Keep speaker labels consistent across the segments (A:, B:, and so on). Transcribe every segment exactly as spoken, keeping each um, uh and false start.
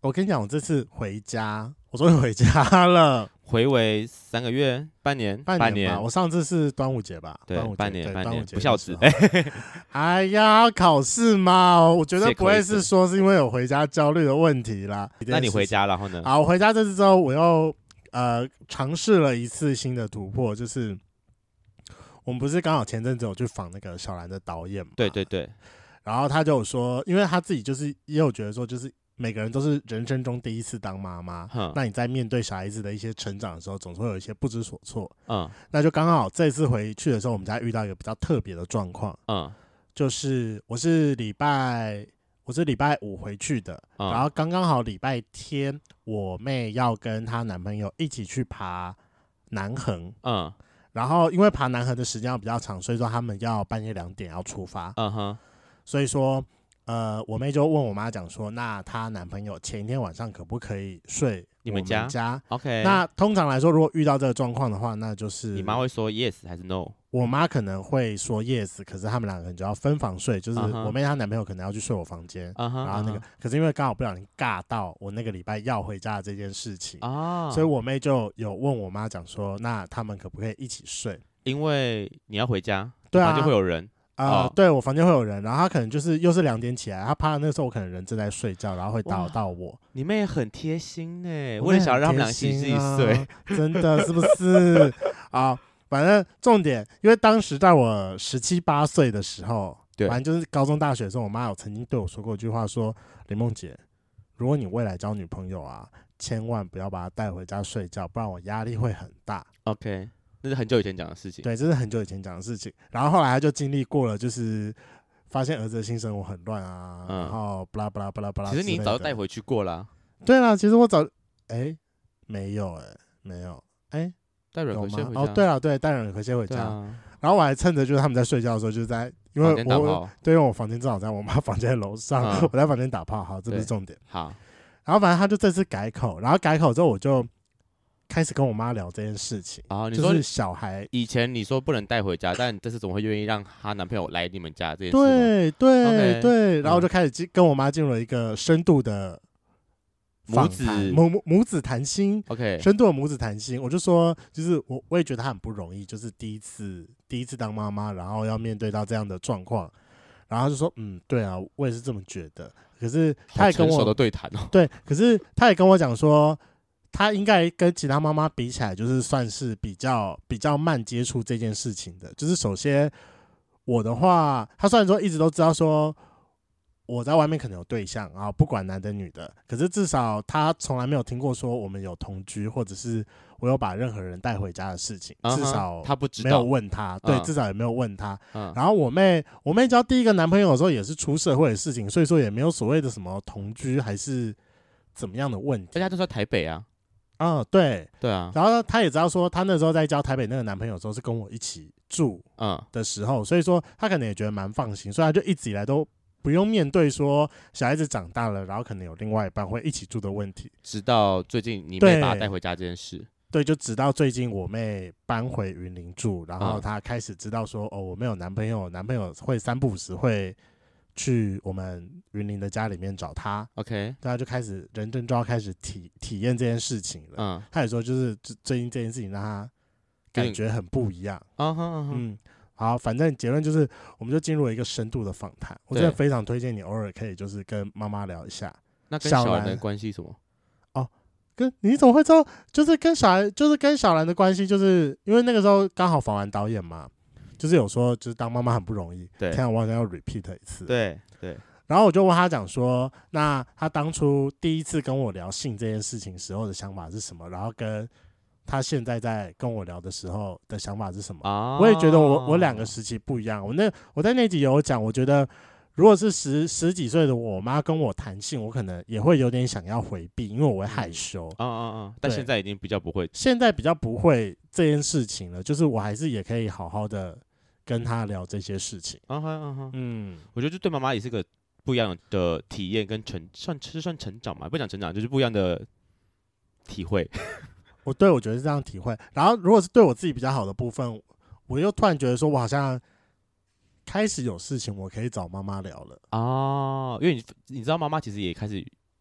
A: 我跟你讲，我这次回家，我终于回家了。
B: 回违三个月、半年、
A: 半年吧。
B: 半年
A: 我上次是端午节吧？
B: 对，
A: 端午节
B: 半年，半年，
A: 不
B: 孝子。
A: 哎呀，考试嘛，我觉得不会是说是因为有回家焦虑的问题啦。
B: 那你回家然后呢？
A: 好，我回家这次之后，我又呃尝试了一次新的突破，就是我们不是刚好前阵子有去访那个小兰的导演嘛？
B: 对对对。
A: 然后他就有说，因为他自己就是也有觉得说，就是每个人都是人生中第一次当妈妈，那你在面对小孩子的一些成长的时候，总是会有一些不知所措。嗯，那就刚好这次回去的时候，我们家遇到一个比较特别的状况。嗯，就是我是礼拜我是礼拜五回去的，嗯、然后刚刚好礼拜天，我妹要跟她男朋友一起去爬南横。嗯，然后因为爬南横的时间要比较长，所以说他们要半夜两点要出发。嗯哼。所以说，呃，我妹就问我妈讲说，那她男朋友前一天晚上可不可以睡
B: 你们家？
A: 我们家
B: OK。
A: 那通常来说，如果遇到这个状况的话，那就是
B: 你妈会说 yes 还是 no？
A: 我妈可能会说 yes， 可是他们两个人就要分房睡，就是我妹她男朋友可能要去睡我房间， uh-huh, 然后那个， uh-huh. 可是因为刚好不小心尬到我那个礼拜要回家的这件事情， uh-huh. 所以我妹就有问我妈讲说，那他们可不可以一起睡？
B: 因为你要回家，
A: 对啊，
B: 房间会有人。
A: 呃、哦，对，我房间会有人，然后他可能就是又是两点起来，他趴的那个时候我可能人正在睡觉，然后会打扰到我。
B: 你妹很贴心哎，为了想让他们俩一起自己睡，
A: 真的是不是？啊，反正重点，因为当时在我十七八岁的时候，对，反正就是高中大学的时候，我妈有曾经对我说过一句话说，说林梦姐，如果你未来交女朋友啊，千万不要把她带回家睡觉，不然我压力会很大。
B: OK。这是很久以前讲的事情，
A: 对，这是很久以前讲的事情。然后后来他就经历过了，就是发现儿子的性生活很乱啊，嗯、然后巴拉巴拉巴拉巴拉。
B: 其实你早就带回去过了、啊。
A: 对啦，其实我早，哎，没有哎、欸，没有哎，
B: 带软壳蟹回家。
A: 哦，对啊，对，带软壳蟹回家、啊。然后我还趁着就是他们在睡觉的时候，就是在因为我对，因为我房间正好在我妈房间的楼上、嗯，我在房间打炮。好，这不是重点。
B: 好，
A: 然后反正他就这次改口，然后改口之后我就。开始跟我妈聊这件事情
B: 啊，你说
A: 就是小孩
B: 以前你说不能带回家，但这次怎么会愿意让她男朋友来你们家这件事？
A: 对对、okay, 对，然后就开始跟我妈进入了一个深度的
B: 母子
A: 母母子谈心
B: ，OK，
A: 深度的母子谈心。我就说，就是我我也觉得她很不容易，就是第一次第一次当妈妈，然后要面对到这样的状况，然后就说，嗯，对啊，我也是这么觉得。可是她也跟我
B: 成熟的对谈哦，
A: 对，可是她也跟我讲说。他应该跟其他妈妈比起来，就是算是比较比较慢接触这件事情的。就是首先我的话，他虽然说一直都知道说我在外面可能有对象啊，不管男的女的，可是至少他从来没有听过说我们有同居，或者是我有把任何人带回家的事情。Uh-huh, 至少
B: 他不知道，
A: 没有问他，对， uh-huh. 至少也没有问他。
B: Uh-huh.
A: 然后我妹，我妹交第一个男朋友的时候也是出社会的事情，所以说也没有所谓的什么同居还是怎么样的问题。
B: 大家都在台北啊。
A: 嗯，对
B: 对啊，
A: 然后他也知道说，他那时候在交台北那个男朋友的时候是跟我一起住的时候，嗯、所以说他可能也觉得蛮放心，所以他就一直以来都不用面对说小孩子长大了，然后可能有另外一半会一起住的问题。
B: 直到最近你妹把他带回家这件事，
A: 对，就直到最近我妹搬回云林住，然后她开始知道说，哦，我没有男朋友，男朋友会三不五时会。去我们云林的家里面找他
B: ，OK，
A: 他就开始人生就要开始体体验这件事情了。嗯，他也说就是最近这件事情让他感觉很不一样。嗯哼嗯，好，反正结论就是我们就进入了一个深度的访谈。我真的非常推荐你偶尔可以就是跟妈妈聊一下。
B: 那跟小兰的关系什么？
A: 哦，跟你怎么会知道？就是跟小兰，就是跟小兰的关系，就是因为那个时候刚好访完导演嘛。就是有说，就是当妈妈很不容易。
B: 对，
A: 天啊，我好像要 repeat 一次。
B: 对对。
A: 然后我就问他讲说，那他当初第一次跟我聊性这件事情时候的想法是什么？然后跟他现在在跟我聊的时候的想法是什么？哦、我也觉得我我两个时期不一样。我那我在那集有讲，我觉得如果是十十几岁的我妈跟我谈性，我可能也会有点想要回避，因为我会害羞。
B: 嗯嗯嗯。但现在已经比较不会，
A: 现在比较不会这件事情了，就是我还是也可以好好的。跟他聊这些事情，
B: 啊哈啊哈，嗯，我觉得这对妈妈也是个不一样的体验跟成，算是算成长嘛，不讲成长，就是不一样的体会。
A: 我对我觉得是这样体会。然后如果是对我自己比较好的部分，我又突然觉得说我好像开始有事情我可以找妈妈聊了。
B: 哦，因为你你知道妈妈其实也开始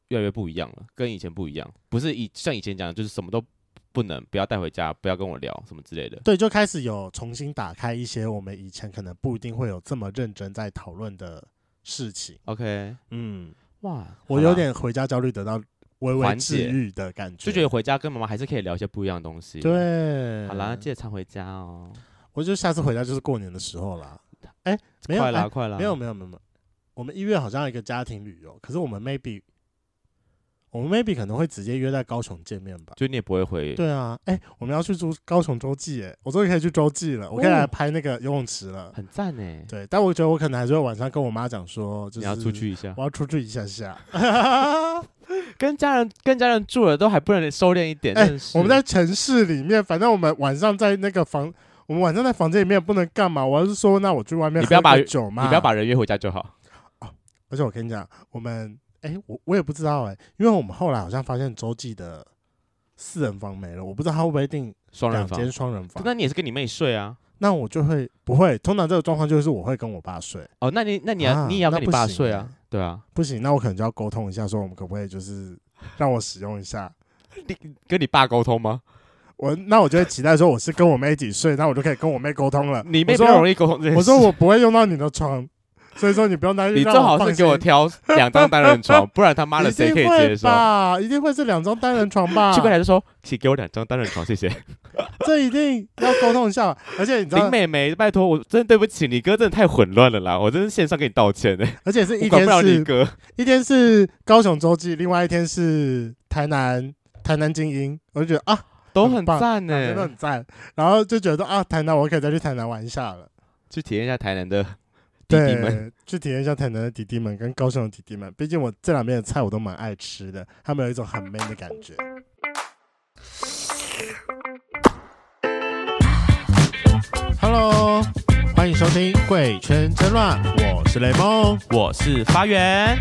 B: 越来越不一样了，跟以前不一样，不是以像以前讲的，就是什么都不能，不要带回家，不要跟我聊什么之类的。
A: 对，就开始有重新打开一些我们以前可能不一定会有这么认真在讨论的事情。
B: OK，
A: 嗯，
B: 哇，
A: 我有点回家焦虑得到微微治愈的感觉，
B: 就觉得回家跟妈妈还是可以聊一些不一样的东西。
A: 对，
B: 好啦，记得常回家哦。
A: 我觉得下次回家就是过年的时候啦。哎、欸，没有，
B: 快啦，快啦，
A: 没有，没有，没有，没有。我们一月好像有一个家庭旅游，可是我们 maybe， 我们 maybe 可能会直接约在高雄见面吧。
B: 就你也不会回。
A: 对啊，哎、欸，我们要去住高雄洲际，哎，我终于可以去洲际了，我可以来拍那个游泳池了，
B: 很赞哎。
A: 对，但我觉得我可能还是会晚上跟我妈讲说，就是
B: 你要出去一下，
A: 我要出去一下下。
B: 跟家人跟家人住了都还不能收敛一点。哎、欸，
A: 我们在城市里面，反正我们晚上在那个房。我们晚上在房间里面不能干嘛？我要是说，那我去外面喝个酒嘛。
B: 你不要把人约回家就好。
A: 哦，而且我跟你讲，我们哎、欸，我我也不知道哎、欸，因为我们后来好像发现洲际的四人房没了，我不知道他会不会订两间双人房。
B: 那你也是跟你妹睡啊？
A: 那我就会不会？通常这个状况就是我会跟我爸睡。
B: 哦，那你那你要、啊、你也要跟你爸睡啊？对啊，
A: 不行，那我可能就要沟通一下，说我们可不可以就是让我使用一下？
B: 你跟你爸沟通吗？
A: 我那我就会期待说我是跟我妹一起睡，那我就可以跟我妹沟通了。
B: 你妹比较容易沟通这件事。
A: 我说我不会用到你的床，所以说你不用担心。
B: 你最好是给我挑两张单人床，不然他妈的谁可以接受？
A: 一定会是两张单人床吧？
B: 去过来就说，请给我两张单人床，谢谢。
A: 这一定要沟通一下，而且你知道，
B: 林妹妹，拜托，我真的对不起你哥，真的太混乱了啦，我真是线上跟你道歉的、欸。
A: 而且是一天是哥，一天是高雄洲际，另外一天是台南台南精英，我就觉得啊。
B: 都很赞呢、欸，
A: 都很赞。然后就觉得啊，台南我可以再去台南玩一下了，
B: 去体验一下台南的弟弟们，
A: 去体验一下台南的弟弟们跟高雄的弟弟们。毕竟我这两边的菜我都蛮爱吃的，他们有一种很 man 的感觉。Hello， 欢迎收听《贵圈争乱》，我是雷梦，
B: 我是发源。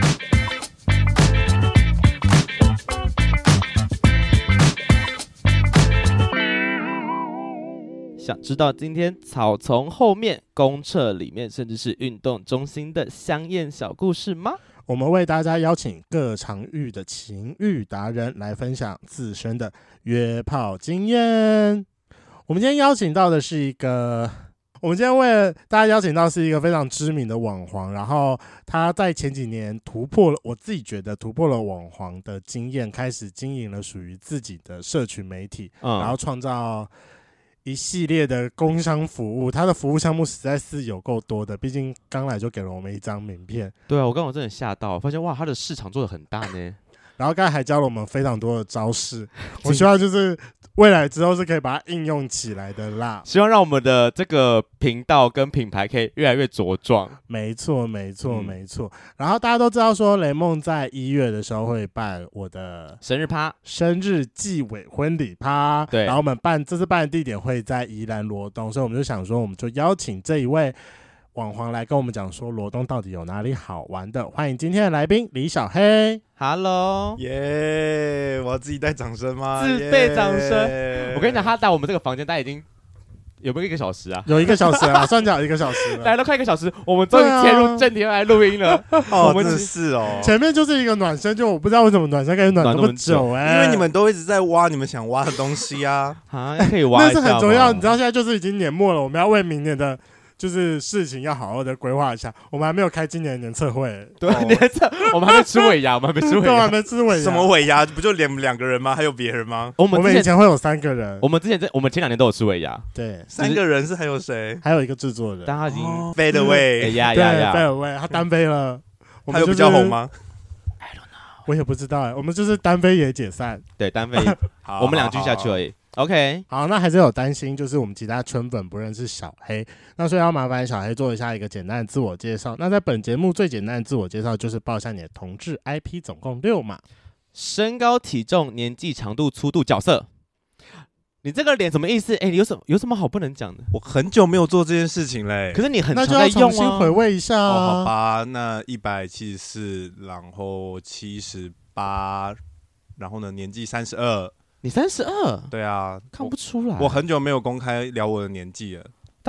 B: 想知道今天草丛后面、公厕里面，甚至是运动中心的香艳小故事吗？
A: 我们为大家邀请各场域的情欲达人来分享自身的约炮经验。我们今天邀请到的是一个，我们今天为了大家邀请到是一个非常知名的网黄，然后他在前几年突破了，我自己觉得突破了网黄的经验，开始经营了属于自己的社群媒体，嗯、然后创造一系列的工商服务，他的服务项目实在是有够多的，毕竟刚来就给了我们一张名片。
B: 对啊，我刚刚真的吓到，发现哇，他的市场做得很大呢。
A: 然后刚才还教了我们非常多的招式，我希望就是未来之后是可以把它应用起来的啦。
B: 希望让我们的这个频道跟品牌可以越来越茁壮。
A: 没错，没错，嗯、没错。然后大家都知道说，雷梦在一月的时候会办我的
B: 生日趴、
A: 生日暨尾婚礼趴。
B: 对，
A: 然后我们办这次办的地点会在宜兰罗东，所以我们就想说，我们就邀请这一位网黄来跟我们讲说罗东到底有哪里好玩的。欢迎今天的来宾李小黑。
B: Hello，
C: 耶！ Yeah, 我要自己带掌声吗？
B: 自备掌声。Yeah. 我跟你讲，他到我们这个房间，大概已经有没有一个小时啊？
A: 有一个小时了，算讲一个小时了，
B: 来了快一个小时，我们终于切入正题来录音了。
C: 哦，我们真是哦，
A: 前面就是一个暖身，就我不知道为什么暖身可以暖那么久哎、欸，
C: 因为你们都一直在挖你们想挖的东西啊，
B: 啊，可以挖一下。
A: 那是很重要，你知道现在就是已经年末了，我们要为明年的。就是事情要好好的规划一下，我们还没有开今年的年测会、欸。
B: 对，年测我们还没吃尾牙，我们还没吃尾牙，
A: 我还没吃尾牙。
C: 什么尾牙？不就两两个人吗？还有别人吗？
A: 我们我们以前会有三个人。
B: 我们之前在我们前两年都有吃尾牙。
A: 对，
C: 三个人是还有谁？
A: 还有一个制作人，
B: 但他已经
C: 飞了喂，
B: 呀
A: 呀呀，飞了喂，他单飞了。
C: 他有比较红吗
B: ？I don't know，
A: 我也不知道哎、欸。我们就是单飞也解散，
B: 对，单飞，我们两句下去而已。OK，
A: 好，那还是有担心，就是我们其他圈粉不认识小黑，那所以要麻烦小黑做一下一个简单的自我介绍。那在本节目最简单的自我介绍就是报一下你的同志 I P， 总共六码，
B: 身高、体重、年纪、长度、粗度、角色。你这个脸什么意思？哎、欸，有什么有什么好不能讲的？
C: 我很久没有做这件事情嘞，
B: 可是你很常
A: 在用啊，那就要重新回味一下啊。
C: 哦，好吧，那一百七十四，然后七十八，然后呢，年纪三十二。
B: 你三十二？
C: 对啊，
B: 看不出来。
C: 我, 我很久没有公开聊我的年纪了，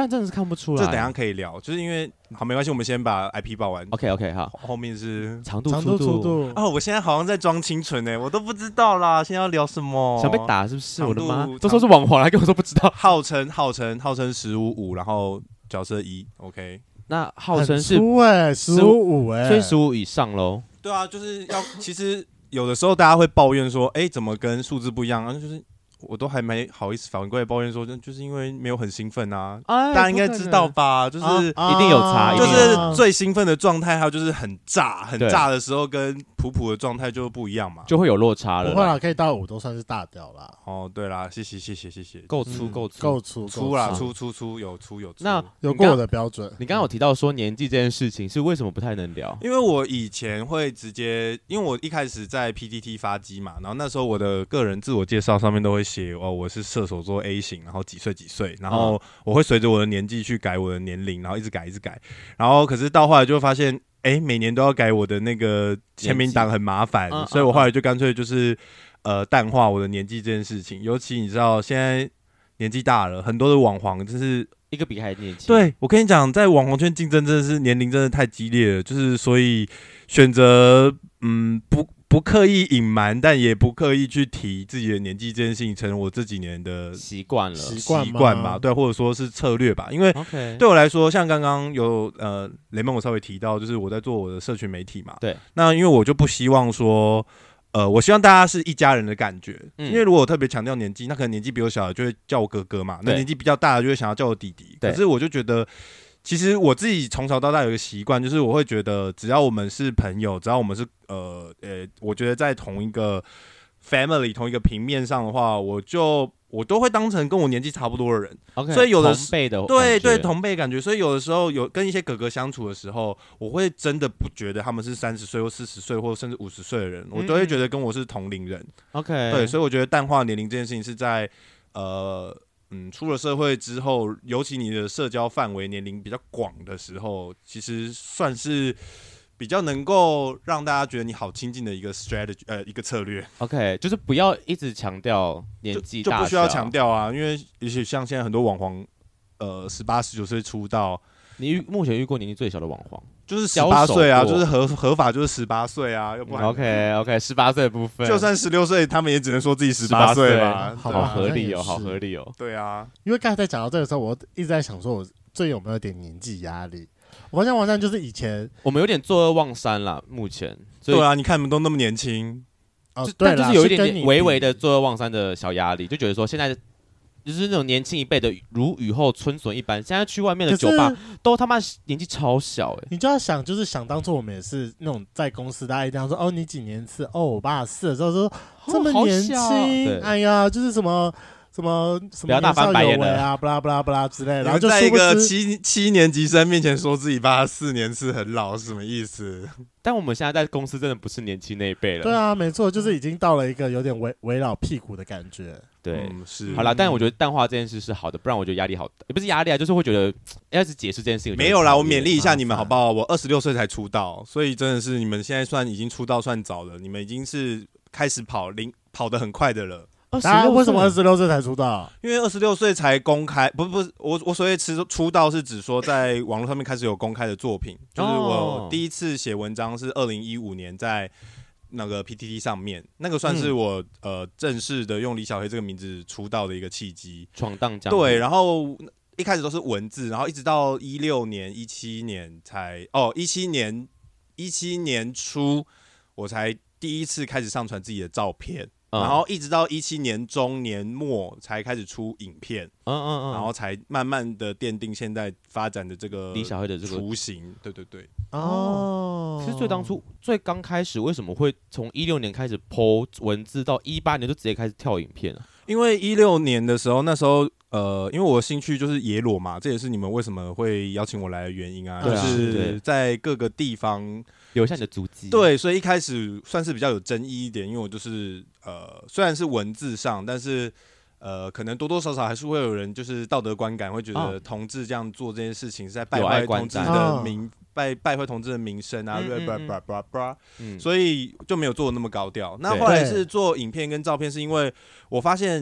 B: 但真的是看不出来。
C: 这等一下可以聊，就是因为好没关系，我们先把 I P 报完。
B: OK OK 好，
C: 后面是
B: 长度
A: 粗度。
C: 哦，我现在好像在装清纯哎，我都不知道啦，现在要聊什么？
B: 想被打是不是？我的妈！都说是网黄，还跟我说不知道。
C: 号称号称号称十五五，然后角色一 OK。
B: 那号称是
A: 十五五哎，
B: 所以十五以上喽。
C: 对啊，就是要其实有的时候大家会抱怨说，哎，怎么跟数字不一样？然后就是。我都还没好意思反过来抱怨说，就是因为没有很兴奋啊，哎、大家应该知道吧？就是、
B: 啊、一定有差，
C: 就是最兴奋的状态，还有就是很炸、很炸的时候，跟普普的状态就不一样嘛，
B: 就会有落差了。
A: 不会啦，可以到五都算是大屌啦。
C: 哦，对啦，谢谢谢谢谢谢，
B: 够粗够粗
A: 够粗
C: 粗啦，粗粗粗有粗有粗。
B: 那
A: 有过我的标准。
B: 你刚刚有提到说年纪这件事情是为什么不太能聊？
C: 因为我以前会直接，因为我一开始在 P T T 发机嘛，然后那时候我的个人自我介绍上面都会写哦，我是射手座 A 型，然后几岁几岁，然后我会随着我的年纪去改我的年龄，然后一直改一直改，然后可是到后来就会发现，哎、欸，每年都要改我的那个签名档很麻烦，所以我后来就干脆就是呃淡化我的年纪这件事情。尤其你知道现在年纪大了，很多的网黄就是
B: 一个比一个还年轻。
C: 对，我跟你讲，在网红圈竞争真的是年龄真的太激烈了，就是所以选择嗯不。不刻意隐瞒，但也不刻意去提自己的年纪这件事情，成为我这几年的
B: 习惯了，
A: 习
C: 惯吧，对，或者说是策略吧。因为对我来说，像刚刚有呃雷蒙我稍微提到，就是我在做我的社群媒体嘛，
B: 对。
C: 那因为我就不希望说，呃，我希望大家是一家人的感觉。嗯、因为如果我特别强调年纪，那可能年纪比我小的就会叫我哥哥嘛，那年纪比较大的就会想要叫我弟弟。可是我就觉得。其实我自己从小到大有一个习惯，就是我会觉得，只要我们是朋友，只要我们是呃呃，我觉得在同一个 family 同一个平面上的话，我就我都会当成跟我年纪差不多的人。
B: Okay,
C: 所以有的
B: 同辈的
C: 对对同辈感觉，所以有的时候有跟一些哥哥相处的时候，我会真的不觉得他们是三十岁或四十岁或甚至五十岁的人，我都会觉得跟我是同龄人。
B: OK，
C: 对，所以我觉得淡化年龄这件事情是在呃。嗯，出了社会之后，尤其你的社交范围年龄比较广的时候，其实算是比较能够让大家觉得你好亲近的一个 strategy， 呃，一个策略。
B: OK， 就是不要一直强调年纪大小，
C: 就不需要强调啊，因为也许像现在很多网黄，呃，十八十九岁出道，
B: 你遇目前遇过年纪最小的网黄？
C: 就是十八岁啊，就是合合法就是十八岁啊，要不然
B: OK OK 十八岁的部分，
C: 就算十六岁，他们也只能说自己十八岁吧，
B: 好合理哦，好合理哦。
C: 对啊，
A: 因为刚才在讲到这个时候，我一直在想说，我最有没有点年纪压力？我发现王山就是以前
B: 我们有点坐二望三啦，目前
C: 对啊，你看你们都那么年轻，
A: 哦，
B: 但就是有一点点微微的坐二望三的小压力，就觉得说现在。就是那种年轻一辈的如雨后春笋一般，现在去外面的酒吧都他妈年纪超小哎、欸！
A: 你就要想，就是想当初我们也是那种在公司，大家一定要说哦，你几年次？哦，我八十四的时候说这么年轻，哦、哎呀，就是什么什么什么年少有为啊，不啦不啦不啦之类的，然后就
C: 在一个七七年级生面前说自己八十四年次很老是什么意思？
B: 但我们现在在公司真的不是年轻那一辈了。
A: 对啊，没错，就是已经到了一个有点围围绕屁股的感觉。
B: 对，
C: 嗯、是
B: 好啦，但我觉得淡化这件事是好的，不然我觉得压力好，也不是压力啊，就是会觉得要是解释这件事情。
C: 没有啦，我勉励一下你们好不好？我二十六岁才出道，所以真的是你们现在算已经出道算早了，你们已经是开始跑零跑得很快的了。
A: 啊，为什么二十六岁才出道？
C: 因为二十六岁才公开，不不是我我所谓出出道是指说在网络上面开始有公开的作品，就是我第一次写文章是二零一五年在那个 P T T 上面，那个算是我、嗯、呃正式的用李小黑这个名字出道的一个契机，
B: 闯荡江湖。
C: 对，然后一开始都是文字，然后一直到一六年、一七年才哦，一七年一七年初我才第一次开始上传自己的照片。然后一直到一七年中年末才开始出影片，嗯嗯嗯，然后才慢慢的奠定现在发展的这个
B: 李小黑的这个
C: 雏形，对对对。
B: 哦，其实最当初最刚开始为什么会从一六年开始 po 文字到一八年就直接开始跳影片啊？
C: 因为一六年的时候，那时候呃，因为我的兴趣就是野裸嘛，这也是你们为什么会邀请我来的原因啊，就是在各个地方
B: 留下你的足迹。
C: 对，所以一开始算是比较有争议一点，因为我就是呃，虽然是文字上，但是呃，可能多多少少还是会有人就是道德观感会觉得同志这样做这件事情是在败坏同志的名。败败坏同志的名声啊，对吧吧吧吧，所以就没有做的那么高调。那后来是做影片跟照片，是因为我发现，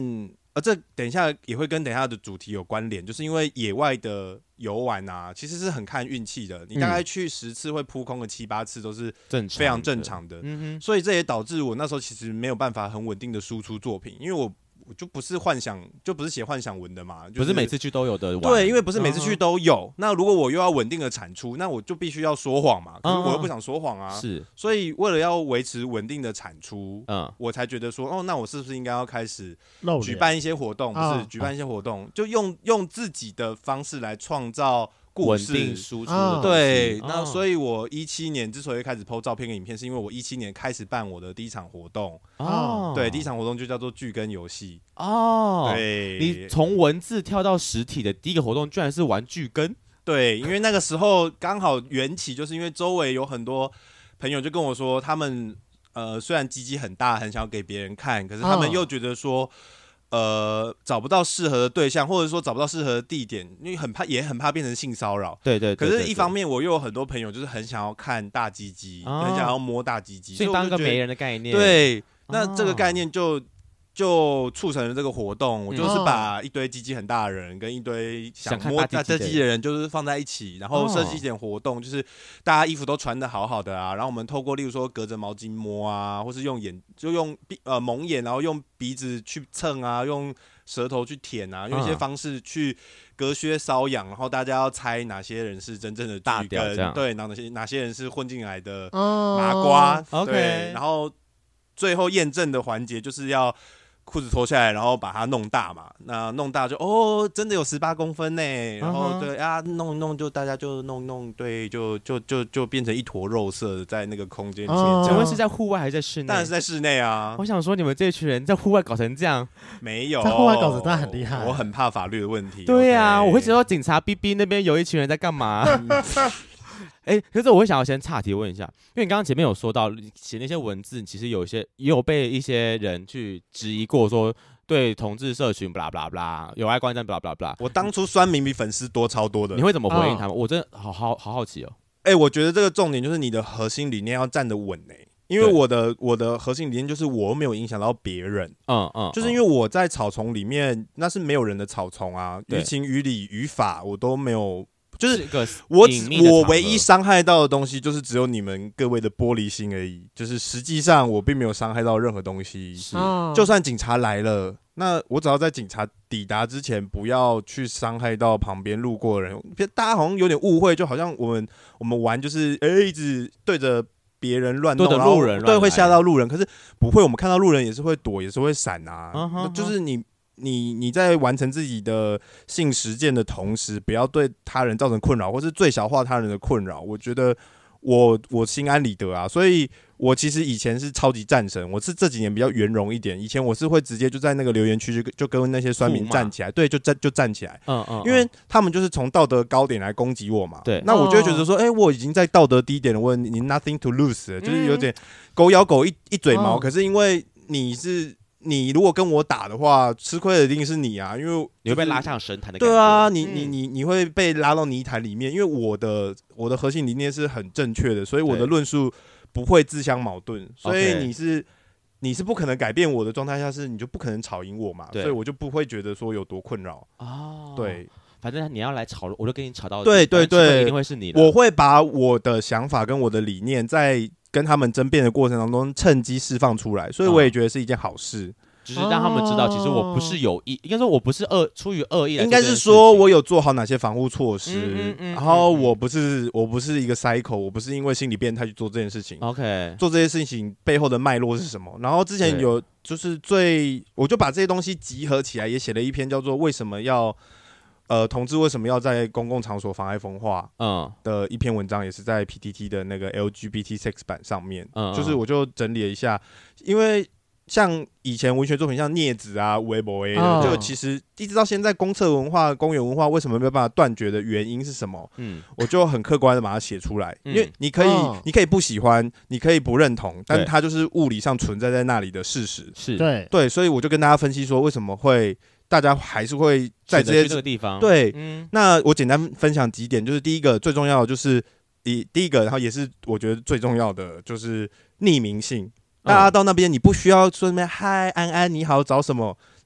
C: 呃，这等一下也会跟等一下的主题有关联，就是因为野外的游玩啊，其实是很看运气的。你大概去十次会扑空个七八次都是非常正常的，嗯、所以这也导致我那时候其实没有办法很稳定的输出作品，因为我。我就不是幻想，就不是写幻想文的嘛、就是，
B: 不是每次去都有的玩。
C: 对，因为不是每次去都有。Uh-huh. 那如果我又要稳定的产出，那我就必须要说谎嘛。可是我又不想说谎啊。是、uh-huh. 所以为了要维持稳定的产出，嗯、uh-huh. 我才觉得说，哦，那我是不是应该要开始举办一些活动？不是、uh-huh. 举办一些活动，就用用自己的方式来创造。稳
B: 定输出的
C: 对，哦、那所以，我一七年之所以开始 po 照片跟影片，是因为我一七年开始办我的第一场活动哦。对，第一场活动就叫做剧跟游戏哦。对，
B: 你从文字跳到实体的第一个活动，居然是玩剧跟。
C: 对，因为那个时候刚好缘起，就是因为周围有很多朋友就跟我说，他们呃虽然鸡鸡很大，很想要给别人看，可是他们又觉得说。哦呃，找不到适合的对象，或者说找不到适合的地点，因为很怕，也很怕变成性骚扰。
B: 对 对, 对, 对, 对。
C: 可是，一方面我又有很多朋友，就是很想要看大鸡鸡、哦，很想要摸大鸡鸡，
B: 所以当个媒人的概念。
C: 对，那这个概念就就促成了这个活动。我就是把一堆鸡鸡很大的人跟一堆想摸大鸡鸡的人，就是放在一起，然后设计一点活动，就是大家衣服都穿得好好的啊，然后我们透过例如说隔着毛巾摸啊，或是用眼就用呃蒙眼，然后用鼻子去蹭啊，用舌头去舔啊，用一些方式去隔靴搔痒，然后大家要猜哪些人是真正的大屌，对，哪些哪些人是混进来的麻瓜，哦、对，然后最后验证的环节就是要。裤子脱下来，然后把它弄大嘛。那弄大就哦，真的有十八公分呢。然后对啊，弄一弄就大家就弄一弄，对，就就就就变成一坨肉色在那个空间里面。
B: 请问是在户外还是在室内？
C: 当然是在室内啊。
B: 我想说，你们这群人在户外搞成这样，
C: 没有
A: 在户外搞成这样很厉害。
C: 我很怕法律的问题。
B: 对啊，
C: okay、
B: 我会知道警察 B B 那边有一群人在干嘛。哎、欸，可是我会想要先岔题问一下，因为你刚刚前面有说到写那些文字，其实有一些也有被一些人去质疑过，说对同志社群 blah blah blah 有碍观瞻 blah blah blah。
C: 我当初酸民比粉丝多超多的，
B: 你会怎么回应他们？哦、我真的好好好好奇哦。
C: 哎、欸，我觉得这个重点就是你的核心理念要站得稳哎、欸，因为我的我的核心理念就是我没有影响到别人，嗯嗯，就是因为我在草丛里面，那是没有人的草丛啊，于情于理于法我都没有。就是我我唯一伤害到的东西，就是只有你们各位的玻璃心而已。就是实际上我并没有伤害到任何东西。是，就算警察来了，那我只要在警察抵达之前，不要去伤害到旁边路过的人。大家好像有点误会，就好像我们我们玩就是哎、欸、一直对着别人乱弄，
B: 对着路人，
C: 对，会吓到路人。可是不会，我们看到路人也是会躲，也是会闪啊。Uh-huh, 就是你。你你在完成自己的性实践的同时，不要对他人造成困扰，或是最小化他人的困扰。我觉得我我心安理得啊，所以我其实以前是超级战神，我是这几年比较圆融一点。以前我是会直接就在那个留言区就就跟那些酸民站起来，对，就站就站起来，嗯嗯，因为他们就是从道德高点来攻击我嘛，对，那我就会觉得说，哎、欸，我已经在道德低点了，我你 nothing to lose， 了就是有点狗咬狗一一嘴毛，可是因为你是。你如果跟我打的话，吃亏的一定是你啊，因为、就是、
B: 你会被拉上神坛的感觉。
C: 对啊，你你你你会被拉到泥潭里面，因为我的我的核心理念是很正确的，所以我的论述不会自相矛盾，所以你是你是不可能改变我的状态下，是你就不可能吵赢我嘛，所以我就不会觉得说有多困扰。哦，对。
B: 反正你要来吵，我就跟你吵到底。
C: 对对对，
B: 一定会是你的。
C: 我会把我的想法跟我的理念在跟他们争辩的过程当中趁机释放出来，所以我也觉得是一件好事。嗯，
B: 就是让他们知道，其实我不是有意，应该说我不是恶出于恶意来，
C: 应该是说我有做好哪些防护措施，嗯嗯嗯，然后我不是我不是一个 cycle， 我不是因为心理变态去做这件事情。OK， 做这些事情背后的脉络是什么？然后之前有就是最，我就把这些东西集合起来，也写了一篇叫做《为什么要》。呃，同志为什么要在公共场所妨碍风化？嗯，的一篇文章也是在 P T T 的那个 L G B T sex 版上面，嗯，就是我就整理了一下，因为像以前文学作品像镊子啊、微博 A 的，嗯，就其实一直到现在公厕文化、公园文化为什么没有办法断绝的原因是什么？嗯，我就很客观的把它写出来，嗯，因为你可以，哦，你可以不喜欢，你可以不认同，但它就是物理上存在在那里的事实。是，对对，所以我就跟大家分析说为什么会。大家还是会在这些
B: 这个地方，
C: 对，嗯，那我简单分享几点，就是第一个最重要的就是第第一个，然后也是我觉得最重要的就是匿名性。大家到那边，你不需要说什么嗨安安你好找什么，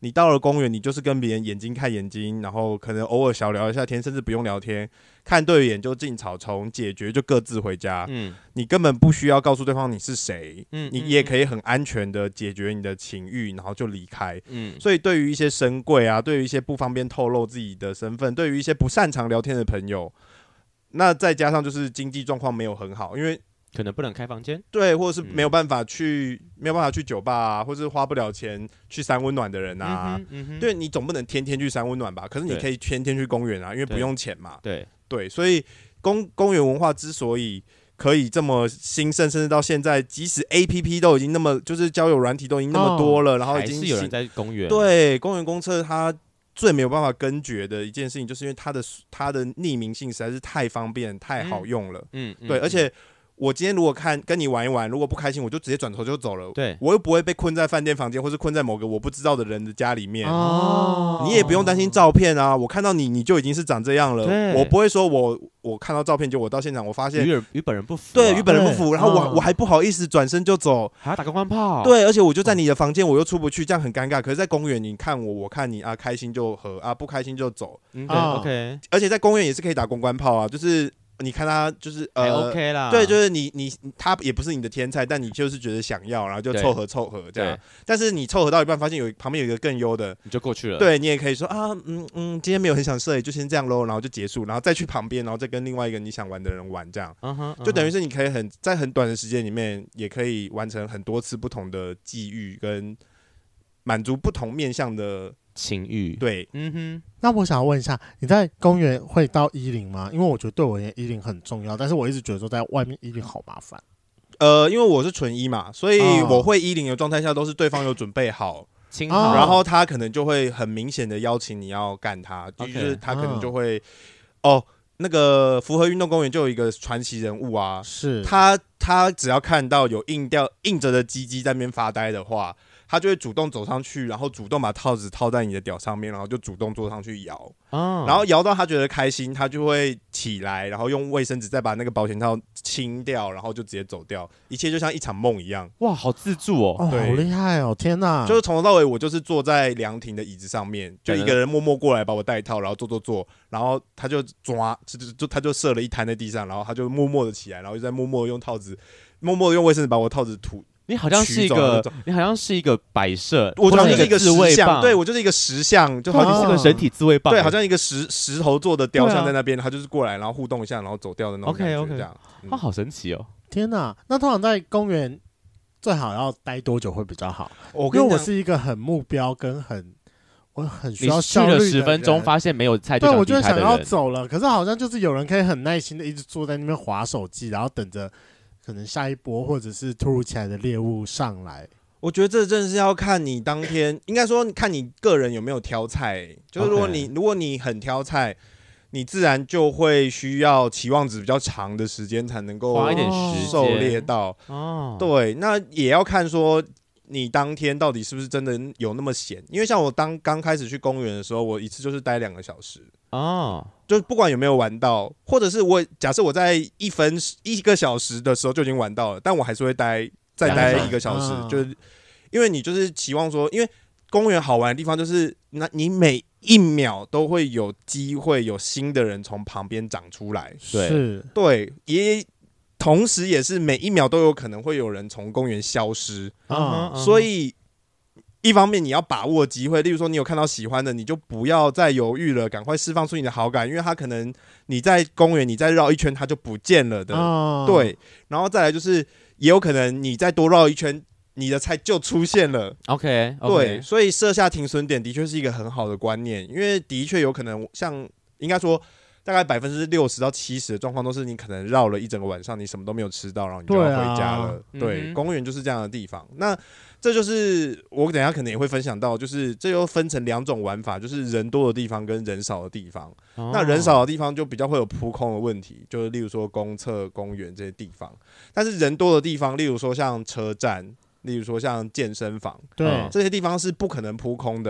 C: 你到了公园，你就是跟别人眼睛看眼睛，然后可能偶尔小聊一下天，甚至不用聊天，看对眼就进草丛，解决就各自回家。嗯，你根本不需要告诉对方你是谁，嗯，你也可以很安全的解决你的情欲，然后就离开。嗯，所以对于一些深柜啊，对于一些不方便透露自己的身份，对于一些不擅长聊天的朋友，那再加上就是经济状况没有很好，因为
B: 可能不能开房间，
C: 对，或者是没有办法去、嗯、没有办法去酒吧啊，或是花不了钱去三温暖的人啊，嗯嗯、对，你总不能天天去三温暖吧？可是你可以天天去公园啊，因为不用钱嘛。
B: 对
C: 对，所以公公园文化之所以可以这么兴盛，甚至到现在，即使 A P P 都已经那么，就是交友软体都已经那么多了，哦、然后已经
B: 还是有人在公园。
C: 对，公园公厕它最没有办法根绝的一件事情，就是因为它的它的匿名性实在是太方便、太好用了。嗯，嗯对，而且。我今天如果看跟你玩一玩，如果不开心，我就直接转头就走了。
B: 对，
C: 我又不会被困在饭店房间，或是困在某个我不知道的人的家里面。哦，你也不用担心照片啊。我看到你，你就已经是长这样了。我不会说我我看到照片就我到现场，我发现
B: 与与本人不符、啊。
C: 对，与本人不符。然后我、哦、我还不好意思转身就走，
B: 还要打公关炮。
C: 对，而且我就在你的房间，我又出不去，这样很尴尬。可是，在公园，你看我，我看你啊，开心就合啊，不开心就走。
B: 嗯，对 ，OK。
C: 而且在公园也是可以打公关炮啊，就是。你看他就是呃
B: ，OK 啦，
C: 对，就是你你他也不是你的天菜，但你就是觉得想要，然后就凑合凑合这样。但是你凑合到一半，发现有旁边有一个更优的，
B: 你就过去了。
C: 对你也可以说啊，嗯嗯，今天没有很想射，就先这样咯，然后就结束，然后再去旁边，然后再跟另外一个你想玩的人玩，这样， uh-huh, uh-huh. 就等于是你可以很在很短的时间里面，也可以完成很多次不同的际遇，跟满足不同面向的。
B: 情欲
C: 对，
A: 嗯哼。那我想要问一下，你在公园会到一零吗？因为我觉得对我而言一零很重要，但是我一直觉得说在外面一零好麻烦。
C: 呃，因为我是纯一嘛，所以我会一零的状态下都是对方有准备好，
B: 好
C: 然后他可能就会很明显的邀请你要干他，
B: okay,
C: 就是他可能就会、嗯、哦，那个福和运动公园就有一个传奇人物啊，
A: 是
C: 他他只要看到有硬掉硬着的鸡鸡在那边发呆的话。他就会主动走上去，然后主动把套子套在你的屌上面，然后就主动坐上去摇，哦、然后摇到他觉得开心，他就会起来，然后用卫生纸再把那个保险套清掉，然后就直接走掉，一切就像一场梦一样。
B: 哇，好自助哦，
A: 哦好厉害哦，天哪！
C: 就是从头到尾我就是坐在凉亭的椅子上面，就一个人默默过来把我带套，然后坐坐坐，然后他就抓，就就他就射了一滩在地上，然后他就默默的起来，然后就在默默的用套子，默默的用卫生纸把我套子吐。
B: 你好像是一个，你好像是一个摆设，
C: 我就是一个
B: 自慰棒，
C: 对我就是一个石像，就好
B: 像是个人体自慰棒，
C: 对，好像一个石石头做的雕像在那边，他就是过来，然后互动一下，然后走掉的那种感觉，
B: OK OK， 这样，哇，好神奇哦！
A: 天哪，那通常在公园最好要待多久会比较好？
C: 我
A: 因为我是一个很目标跟很我很需要效率的人，
B: 你去了十分钟，发现没有菜就想离开的人，
A: 对，我就想要走了，可是好像就是有人可以很耐心的一直坐在那边滑手机，然后等着。可能下一波或者是突如其来的猎物上来，
C: 我觉得这真的是要看你当天，应该说看你个人有没有挑菜、欸。就是如果你、okay. 如果你很挑菜，你自然就会需要期望值比较长的时间才能够
B: 花一点时间
C: 狩猎到。哦，对，那也要看说你当天到底是不是真的有那么闲。因为像我当刚开始去公园的时候，我一次就是待两个小时。哦。就不管有没有玩到，或者是我假设我在一分一个小时的时候就已经玩到了，但我还是会待再待一个小时，嗯、就是因为你就是期望说，因为公园好玩的地方就是，那你每一秒都会有机会有新的人从旁边长出来，
A: 对
C: 对，也同时也是每一秒都有可能会有人从公园消失，嗯、所以。一方面你要把握机会，例如说你有看到喜欢的，你就不要再犹豫了，赶快释放出你的好感，因为他可能你在公园你再绕一圈他就不见了的，哦、对。然后再来就是也有可能你再多绕一圈，你的菜就出现了。
B: OK，, okay.
C: 对，所以设下停损点的确是一个很好的观念，因为的确有可能像应该说。大概百分之六十到七十的状况都是你可能绕了一整个晚上，你什么都没有吃到，然后你就要回家了。对,、啊、对、嗯，公园就是这样的地方。那这就是我等一下可能也会分享到，就是这又分成两种玩法，就是人多的地方跟人少的地方。哦、那人少的地方就比较会有扑空的问题，就是例如说公厕、公园这些地方。但是人多的地方，例如说像车站，例如说像健身房，
A: 对、嗯、
C: 这些地方是不可能扑空的。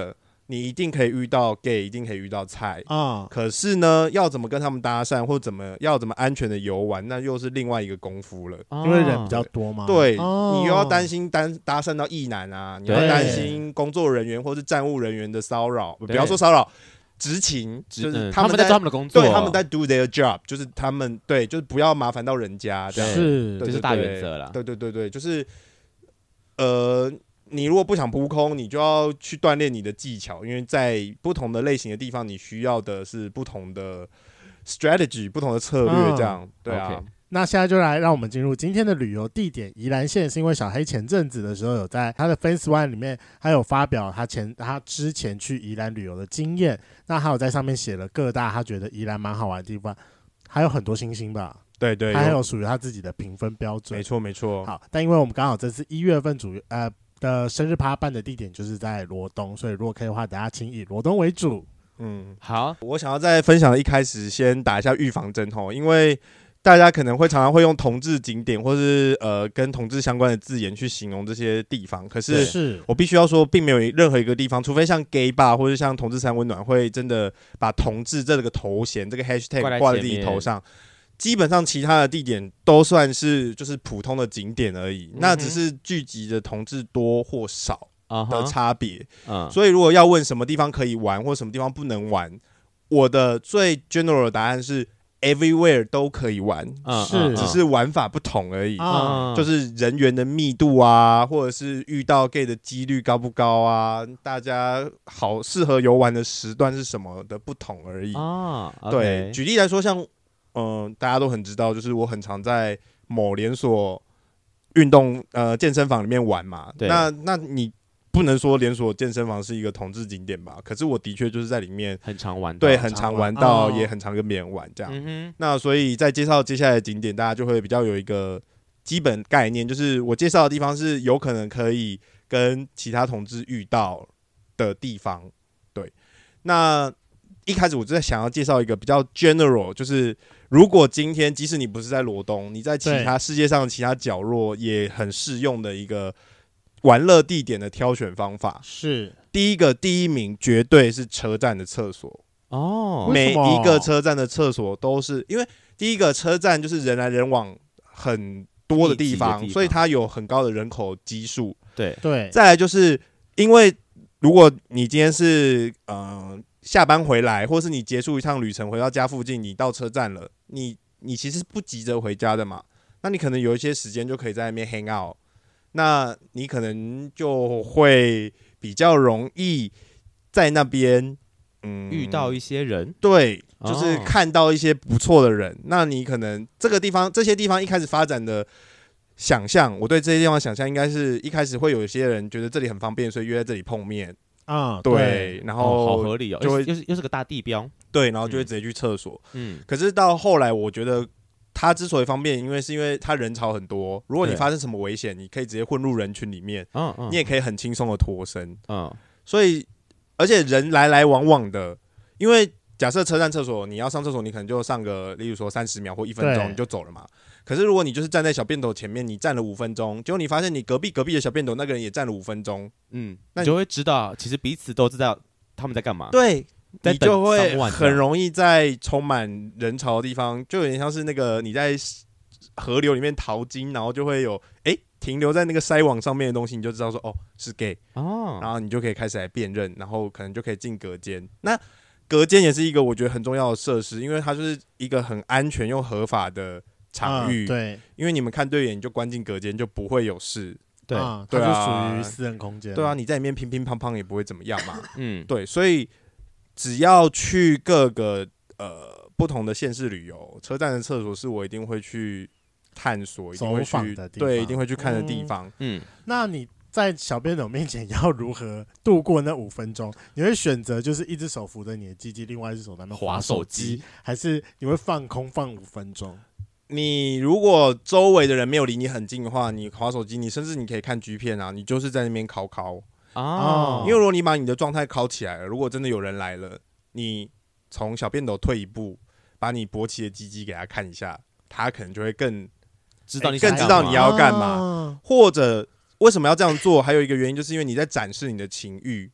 C: 你一定可以遇到 gay， 一定可以遇到菜啊。可是呢，要怎么跟他们搭讪，或怎么要怎么安全的游玩，那又是另外一个功夫了。
A: 因为人比较多嘛。
C: 对，哦、你又要担心单搭讪到异男啊，你要担心工作人员或是站务人员的骚扰，不要说骚扰。执勤就是他们 在,
B: 在做他们的工作，
C: 对，他们在 do their job， 就是他们对，就是不要麻烦到人家，这样
B: 是，这是大原则啦。
C: 对对对对，就是呃，你如果不想扑空，你就要去锻炼你的技巧，因为在不同的类型的地方，你需要的是不同的 strategy， 不同的策略，这样、嗯、对啊。Okay.
A: 那现在就来让我们进入今天的旅游地点宜兰县，是因为小黑前阵子的时候有在他的 Face One 里面，他有发表他前他之前去宜兰旅游的经验，那他有在上面写了各大他觉得宜兰蛮好玩的地方，还有很多星星吧，
C: 对对，
A: 他还有属于他自己的评分标准，
C: 没错没错。
A: 好，但因为我们刚好这次一月份主呃的生日趴办的地点就是在罗东，所以如果可以的话，大家请以罗东为主。
C: 嗯，
B: 好，
C: 我想要在分享的一开始先打一下预防针吼，因为大家可能会常常会用同志景点或是呃跟同志相关的字眼去形容这些地方，可是我必须要说，并没有任何一个地方，除非像 gay bar 或是像同志餐温暖会真的把同志这个头衔这个 hashtag 挂在自己头上，基本上其他的地点都算是就是普通的景点而已，嗯、那只是聚集的同志多或少的差别。Uh-huh. 所以如果要问什么地方可以玩或什么地方不能玩，我的最 general 的答案是everywhere 都可以玩，是只是玩法不同而已，嗯、就是人员的密度啊，或者是遇到 gay 的几率高不高啊，大家好适合游玩的时段是什么的不同而已。哦 okay、对，举例来说，像嗯、呃，大家都很知道，就是我很常在某连锁运动呃健身房里面玩嘛，那那你。不能说连锁健身房是一个同志景点吧，可是我的确就是在里面
B: 很常玩到，
C: 对，很常玩到，也很常跟别人玩这样。嗯、那所以在介绍接下来的景点，大家就会比较有一个基本概念，就是我介绍的地方是有可能可以跟其他同志遇到的地方。对，那一开始我就在想要介绍一个比较 general， 就是如果今天即使你不是在罗东，你在其他世界上的其他角落也很适用的一个玩乐地点的挑选方法。
A: 是
C: 第一个第一名绝对是车站的厕所哦，每一个车站的厕所都是，因为第一个车站就是人来人往很多的地方，地地方所以它有很高的人口基数。
B: 对
A: 对，
C: 再来就是因为如果你今天是呃下班回来，或是你结束一趟旅程回到家附近，你到车站了，你你其实不急着回家的嘛，那你可能有一些时间就可以在那边 hang out。那你可能就会比较容易在那边，嗯，
B: 遇到一些人，
C: 对，就是看到一些不错的人。哦、那你可能这个地方、这些地方一开始发展的想象，我对这些地方想象应该是一开始会有一些人觉得这里很方便，所以约在这里碰面啊、嗯，对，然后、
B: 哦、好合理哦，就会又是又是个大地标，
C: 对，然后就会直接去厕所，嗯，可是到后来我觉得。它之所以方便，因为是因为它人潮很多。如果你发生什么危险，你可以直接混入人群里面，嗯嗯、你也可以很轻松的脱身。嗯、所以，而且人来来往往的，因为假设车站厕所你要上厕所，你可能就上个，例如说三十秒或一分钟你就走了嘛。可是如果你就是站在小便斗前面，你站了五分钟，结果你发现你隔壁隔壁的小便斗那个人也站了五分钟，
B: 嗯，那你就会知道其实彼此都知道他们在干嘛。
C: 对。你就会很容易在充满人潮的地方，就有点像是那个你在河流里面淘金，然后就会有哎、欸、停留在那个筛网上面的东西，你就知道说哦是 gay 哦，然后你就可以开始来辨认，然后可能就可以进隔间。那隔间也是一个我觉得很重要的设施，因为它就是一个很安全又合法的场域。
A: 嗯、对，
C: 因为你们看对眼，你就关进隔间，就不会有事。
A: 对，啊、它就属于私人空间。
C: 对啊，你在里面乒乒乓乓也不会怎么样嘛。嗯，对，所以。只要去各个呃不同的县市旅游，车站的厕所是我一定会去探索、一定会去对，一定会去看的地方。嗯，
A: 那你在小便斗面前要如何度过那五分钟？你会选择就是一只手扶着你的鸡鸡，另外一只手在那边滑手机，还是你会放空放五分钟？
C: 你如果周围的人没有离你很近的话，你滑手机，你甚至你可以看 G 片啊，你就是在那边考考。哦，因为如果你把你的状态考起来了，如果真的有人来了，你从小便斗退一步，把你勃起的鸡鸡给他看一下，他可能就会更
B: 知道你、
C: 欸、更知道你要干嘛。哦、或者为什么要这样做？还有一个原因就是因为你在展示你的情欲。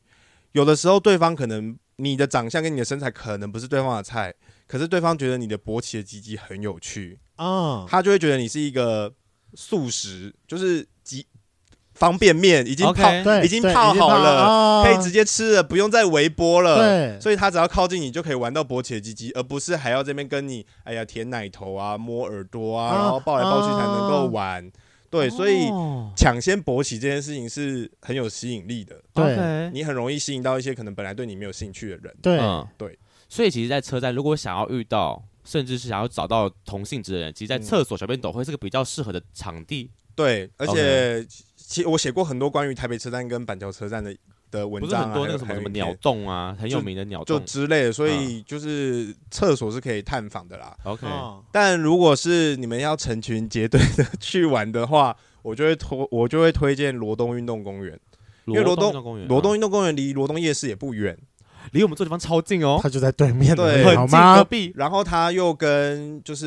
C: 有的时候对方可能你的长相跟你的身材可能不是对方的菜，可是对方觉得你的勃起的鸡鸡很有趣啊，哦、他就会觉得你是一个素食，就是鸡。方便面已经泡
B: okay,
C: 已经泡好了，哦、可以直接吃了，不用再微波了。对，所以他只要靠近你就可以玩到勃起的鸡鸡，而不是还要这边跟你哎呀舔奶头啊、摸耳朵啊，啊然后抱来抱去才能够玩。啊、对，所以抢先勃起这件事情是很有吸引力的。
B: 对，
C: 你很容易吸引到一些可能本来对你没有兴趣的人。
A: 对、
B: 嗯、
C: 对，所
B: 以其实，在车站如果想要遇到，甚至是想要找到同性质的人，其实，在厕所小便斗会是个比较适合的场地。
C: 对，而且。Okay. 其实我写过很多关于台北车站跟板桥车站的的文章、啊，
B: 不是很多那个什么什么鸟洞啊，很有名的鸟洞
C: 就之类的，所以就是厕所是可以探访的啦。
B: OK，、
C: 嗯、但如果是你们要成群结队的去玩的话，我就会推我就会推荐罗东运动公园，因为罗东罗东运动公园离罗东夜市也不远，
B: 离我们这地方超近哦，
A: 它就在对面，
C: 对，
A: 很近隔
B: 壁。
C: 然后它又跟就是。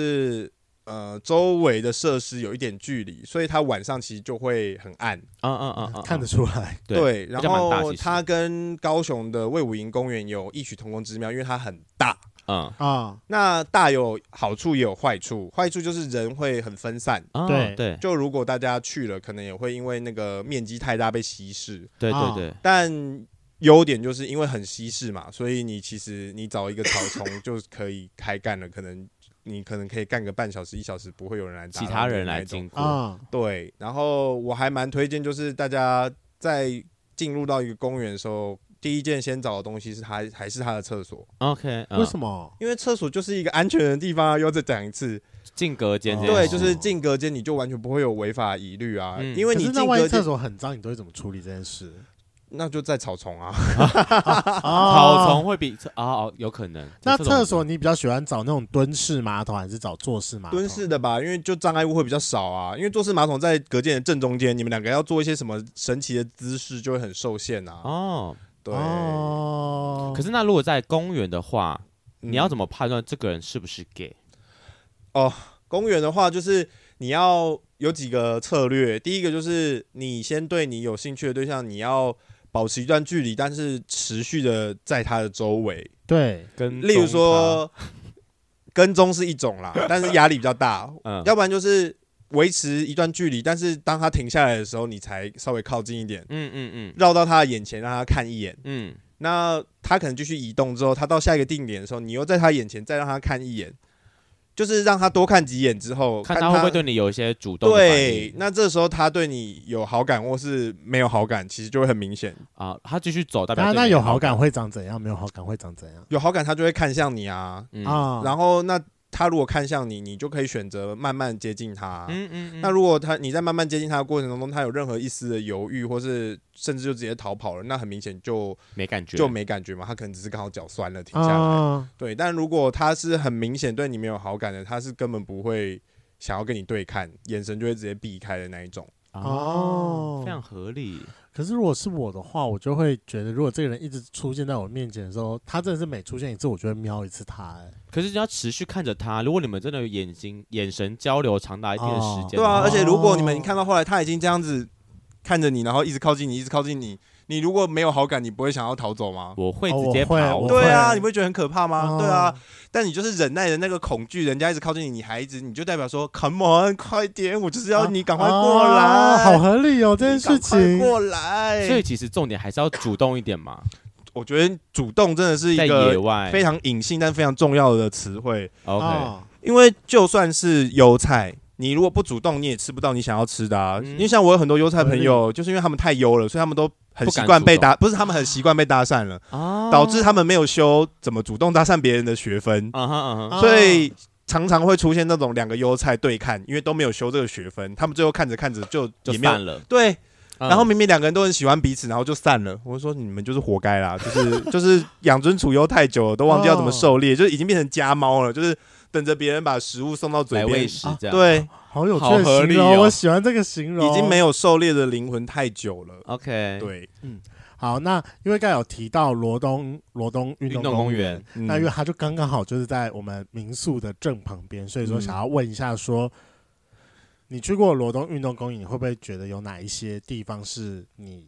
C: 呃，周围的设施有一点距离，所以它晚上其实就会很暗，
B: 嗯嗯嗯嗯，
A: 看得出来。
C: 对，然后它跟高雄的卫武营公园有异曲同工之妙，因为它很大，嗯啊，那大有好处也有坏处，坏处就是人会很分散，
B: 对对，
C: 就如果大家去了，可能也会因为那个面积太大被稀释，
B: 对对对，
C: 但。优点就是因为很稀释嘛，所以你其实你找一个草丛就可以开干了，可能你可能可以干个半小时一小时，不会有人来打
B: 其他人来经过。
C: 啊、对，然后我还蛮推荐，就是大家在进入到一个公园的时候，第一件先找的东西是它还是它的厕所。
B: OK，、
A: 嗯、为什么？
C: 因为厕所就是一个安全的地方啊，又再讲一次。
B: 进隔间，
C: 对，就是进隔间，你就完全不会有违法疑虑啊，嗯、因为你进隔间。
A: 那万一厕所很脏，你都会怎么处理这件事？
C: 那就在草丛啊，
B: 草丛会比啊、哦、有可能。
A: 那厕所你比较喜欢找那种蹲式马桶还是找坐式马桶？
C: 蹲式的吧，因为就障碍物会比较少啊。因为坐式马桶在隔间的正中间，你们两个要做一些什么神奇的姿势，就会很受限啊。
B: 哦，
C: 对。
B: 哦。可是那如果在公园的话，嗯、你要怎么判断这个人是不是 gay？
C: 哦，公园的话就是你要有几个策略。第一个就是你先对你有兴趣的对象，你要。保持一段距离，但是持续的在他的周围。
A: 对，
B: 跟
C: 例如说跟踪是一种啦，但是压力比较大。嗯，要不然就是维持一段距离，但是当他停下来的时候，你才稍微靠近一点。嗯嗯嗯，绕到他的眼前，让他看一眼。嗯，那他可能继续移动之后，他到下一个定点的时候，你又在他眼前再让他看一眼。就是让他多看几眼之后，
B: 看他会不会对你有一些主动的反应。
C: 对，那这时候他对你有好感或是没有好感，其实就会很明显
B: 啊。他继续走，代表
A: 他那有好感会长怎样？没有好感会长怎样？
C: 有好感他就会看向你啊，嗯、啊，然后那他如果看向你，你就可以选择慢慢接近他。嗯嗯嗯。那如果他你在慢慢接近他的过程当中，他有任何一丝的犹豫，或是甚至就直接逃跑了，那很明显就
B: 没感觉，
C: 就没感觉嘛。他可能只是刚好脚酸了停下来。啊、对，但如果他是很明显对你没有好感的，他是根本不会想要跟你对看，眼神就会直接避开的那一种。
B: 哦，非常合理。
A: 可是如果是我的话，我就会觉得，如果这个人一直出现在我面前的时候，他真的是每出现一次，我就会瞄一次他、欸。
B: 可是你要持续看着他，如果你们真的有眼睛眼神交流长达一定的时间、哦，
C: 对啊，而且如果你们看到后来他已经这样子看着你，然后一直靠近你，一直靠近你。你如果没有好感，你不会想要逃走吗？
B: 我会直接跑。
A: 哦、
C: 对啊，你不会觉得很可怕吗？哦、对啊，但你就是忍耐的那个恐惧，人家一直靠近你，你还一直，你就代表说 ，Come on， 快点，我就是要你赶快过来、
A: 啊啊，好合理哦，这件事情。
C: 过来。
B: 所以其实重点还是要主动一点嘛。
C: 我觉得主动真的是一个非常隐性但非常重要的词汇。
B: OK，、
C: 哦、因为就算是优菜。你如果不主动，你也吃不到你想要吃的啊。嗯、因为像我有很多优菜朋友，就是因为他们太优了，所以他们都很习惯被搭，不是他们很习惯被搭讪了，哦、导致他们没有修怎么主动搭讪别人的学分，uh-huh, uh-huh. 所以常常会出现那种两个优菜对看，因为都没有修这个学分，他们最后看着看着就也没有
B: 就散了。
C: 对，嗯、然后明明两个人都很喜欢彼此，然后就散了。我说你们就是活该啦，就是就是养尊处优太久了，都忘记要怎么狩猎，哦、就是已经变成家猫了，就是。等着别人把食物送到嘴边，
B: 啊、
C: 对，
A: 好有趣的形容，我喜欢这个形容。
C: 已经没有狩猎的灵魂太久了。
B: OK，
C: 对，
A: 嗯，好，那因为刚才有提到罗东罗东运动公园，嗯、那因为它就刚刚好就是在我们民宿的正旁边，所以说想要问一下说，嗯、你去过罗东运动公园，你会不会觉得有哪一些地方是你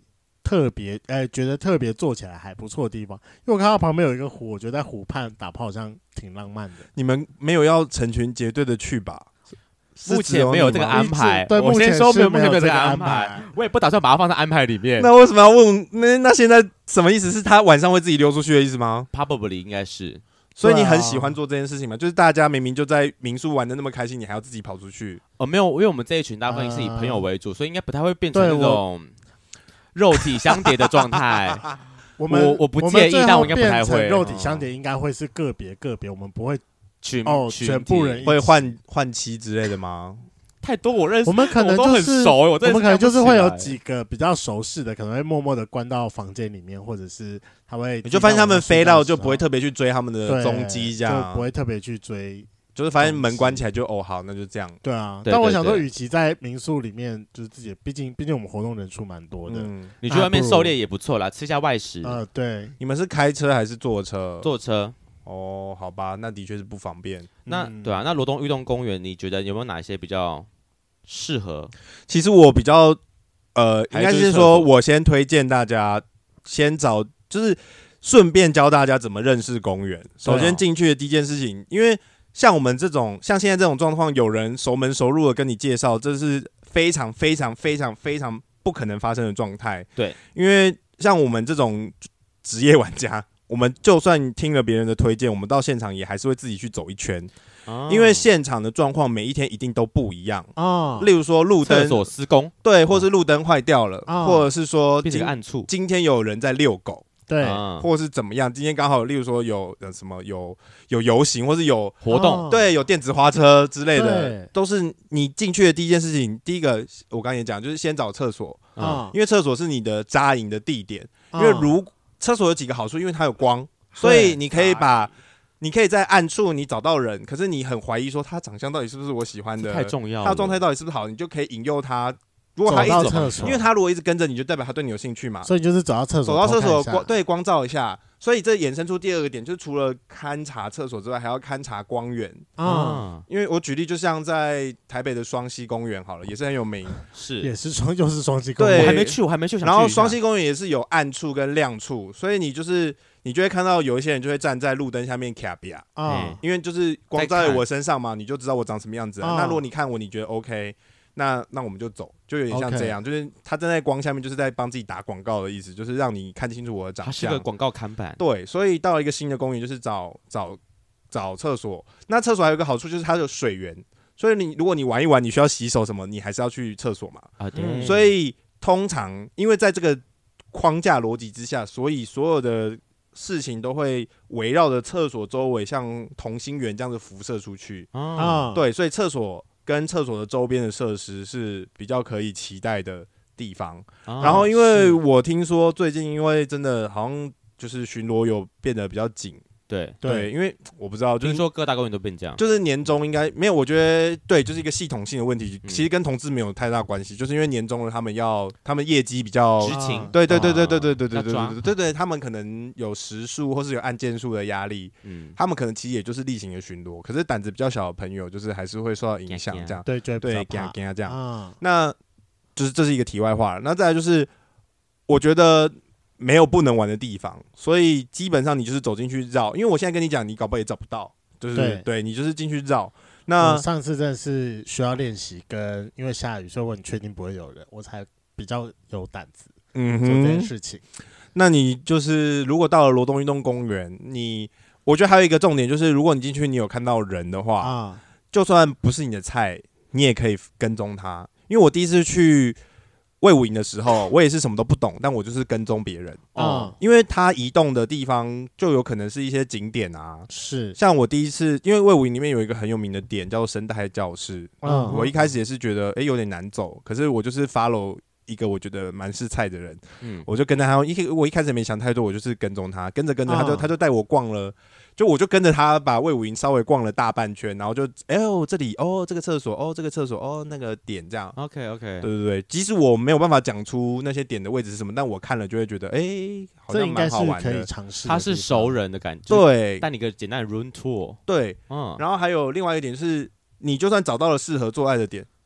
A: 特别，呃，觉得特别做起来还不错的地方。因为我看到旁边有一个湖，我觉得在湖畔打炮好像挺浪漫的。
C: 你们没有要成群结队的去吧？
B: 目前没有这个安排。
A: 对，
B: 我先说没有，目前没有这个
A: 安
B: 排，我也不打算把它放在安排里面。
C: 那为什么要问？那那现在什么意思？是他晚上会自己溜出去的意思吗
B: ？Probably 应该是。
C: 所以你很喜欢做这件事情吗？就是大家明明就在民宿玩的那么开心，你还要自己跑出去？
B: 哦，没有，因为我们这一群大部分是以朋友为主，呃、所以应该不太会变成那种肉体相叠的状态。
A: 我们
B: 我我不介意，但我应该不太会。
A: 肉体相叠应该会是个别个别，我们不会
B: 群
A: 哦全部人
C: 会换换妻之类的吗？
B: 太多我认识，
A: 我们可能就是、
B: 很熟，我, 我
A: 们可能就是会有几个比较熟识的，可能会默默的关到房间里面，或者是他会
C: 你就发现他们飞到，就不会特别去追他们的踪迹，这样
A: 就不会特别去追，
C: 就是发现门关起来就哦好，那就这样。
A: 对啊，
B: 对对对，
A: 但我想说，与其在民宿里面，就是自己，毕竟毕竟我们活动人数蛮多的，
C: 嗯、
B: 你去外面狩猎也不错啦，吃一下外食。
A: 呃，对，
C: 你们是开车还是坐车？
B: 坐车。
C: 哦，好吧，那的确是不方便。
B: 那、嗯、对啊，那罗东运动公园，你觉得有没有哪一些比较适合？
C: 其实我比较呃，应该是说我先推荐大家先找，就是顺便教大家怎么认识公园。首先进去的第一件事情，因为像我们这种像现在这种状况，有人熟门熟路的跟你介绍，这是非常非常非常非常不可能发生的状态。
B: 对，
C: 因为像我们这种职业玩家，我们就算听了别人的推荐，我们到现场也还是会自己去走一圈。Oh. 因为现场的状况每一天一定都不一样啊， oh. 例如说路灯
B: 厕所施工，
C: 对，或是路灯坏掉了，
A: oh.
C: 或者是说
B: 变成暗处，
C: 今天有人在遛狗，
A: 对，
C: 或是怎么样，今天刚好，例如说有呃什么有有游行，或是有
B: 活动，
C: oh. 对，有电子花车之类的，都是你进去的第一件事情。第一个我刚才也讲，就是先找厕所啊， oh. 因为厕所是你的扎营的地点， oh. 因为如厕所有几个好处，因为它有光，所以你可以把。你可以在暗处你找到人，可是你很怀疑说他长相到底是不是我喜欢的，
B: 太重要了，
C: 他的状态到底是不是好，你就可以引诱他。如果他一直
A: 厕所，
C: 因为他如果一直跟着你，就代表他对你有兴趣嘛。
A: 所以就是走到厕所，
C: 走到厕所光对光照一下。所以这衍生出第二个点，就是除了勘察厕所之外，还要勘察光源啊。因为我举例，就像在台北的双溪公园好了，也是很有名，
B: 是
A: 也是双又是双溪公园，
B: 我还没去，我还没去。
C: 然后双溪公园也是有暗处跟亮处，所以你就是你就会看到有一些人就会站在路灯下面卡比亚啊，因为就是光照在我身上嘛，你就知道我长什么样子啊。那如果你看我，你觉得 OK。那那我们就走，就有点像这样， okay. 就是他站在光下面，就是在帮自己打广告的意思，就是让你看清楚我的长相。它
B: 是个广告看板。
C: 对，所以到了一个新的公园，就是找找找厕所。那厕所还有一个好处，就是它有水源，所以你如果你玩一玩，你需要洗手什么，你还是要去厕所嘛。
B: 啊，对。
C: 嗯、所以通常因为在这个框架逻辑之下，所以所有的事情都会围绕着厕所周围，像同心圆这样子辐射出去。啊，对，所以厕所。跟厕所的周边的设施是比较可以期待的地方，啊、然后因为我听说最近因为真的好像就是巡逻有变得比较紧，
B: 对
C: 对, 对，因为我不知道，就是
B: 听说各大公园都变这样，
C: 就是年终应该没有，我觉得对，就是一个系统性的问题，嗯、其实跟同志没有太大关系，就是因为年终了，他们要他们业绩比较
B: 知情，
C: 对对对对对对对对对对对对，他们可能有时数或是有案件数的压力，嗯，他们可能其实也就是例行的巡逻，可是胆子比较小的朋友，就是还是会受到影响，这样
A: 对对
C: 对，给他给他这样，啊、那就是这是一个题外话，那再来就是我觉得。没有不能玩的地方，所以基本上你就是走进去绕。因为我现在跟你讲，你搞不好也找不到，就是 对, 对你就是进去绕。那
A: 我上次真的是需要练习，跟因为下雨，所以我很确定不会有人，我才比较有胆子嗯做这件事情。
C: 那你就是如果到了罗东运动公园，你我觉得还有一个重点就是，如果你进去你有看到人的话，啊、就算不是你的菜，你也可以跟踪他。因为我第一次去。魏武营的时候，我也是什么都不懂，但我就是跟踪别人，嗯，因为他移动的地方就有可能是一些景点啊，
A: 是
C: 像我第一次，因为魏武营里面有一个很有名的点叫做生态教室，嗯，我一开始也是觉得哎、欸、有点难走，可是我就是 follow 一个我觉得蛮是菜的人，嗯，我就跟着他，一我一开始没想太多，我就是跟踪他，跟着跟着他就、嗯、他就带我逛了。就我就跟着他把魏武营稍微逛了大半圈，然后就哎呦、欸、这里哦这个厕所哦这个厕所哦那个点这样
B: ，OK OK，
C: 对对对，即使我没有办法讲出那些点的位置是什么，但我看了就会觉得哎、欸、好像蛮好玩的，
A: 这应该是可以尝试。
B: 他是熟人的感觉，
C: 对，
B: 带你个简单的 room tour，
C: 对，嗯，然后还有另外一点是，你就算找到了适合做爱的点，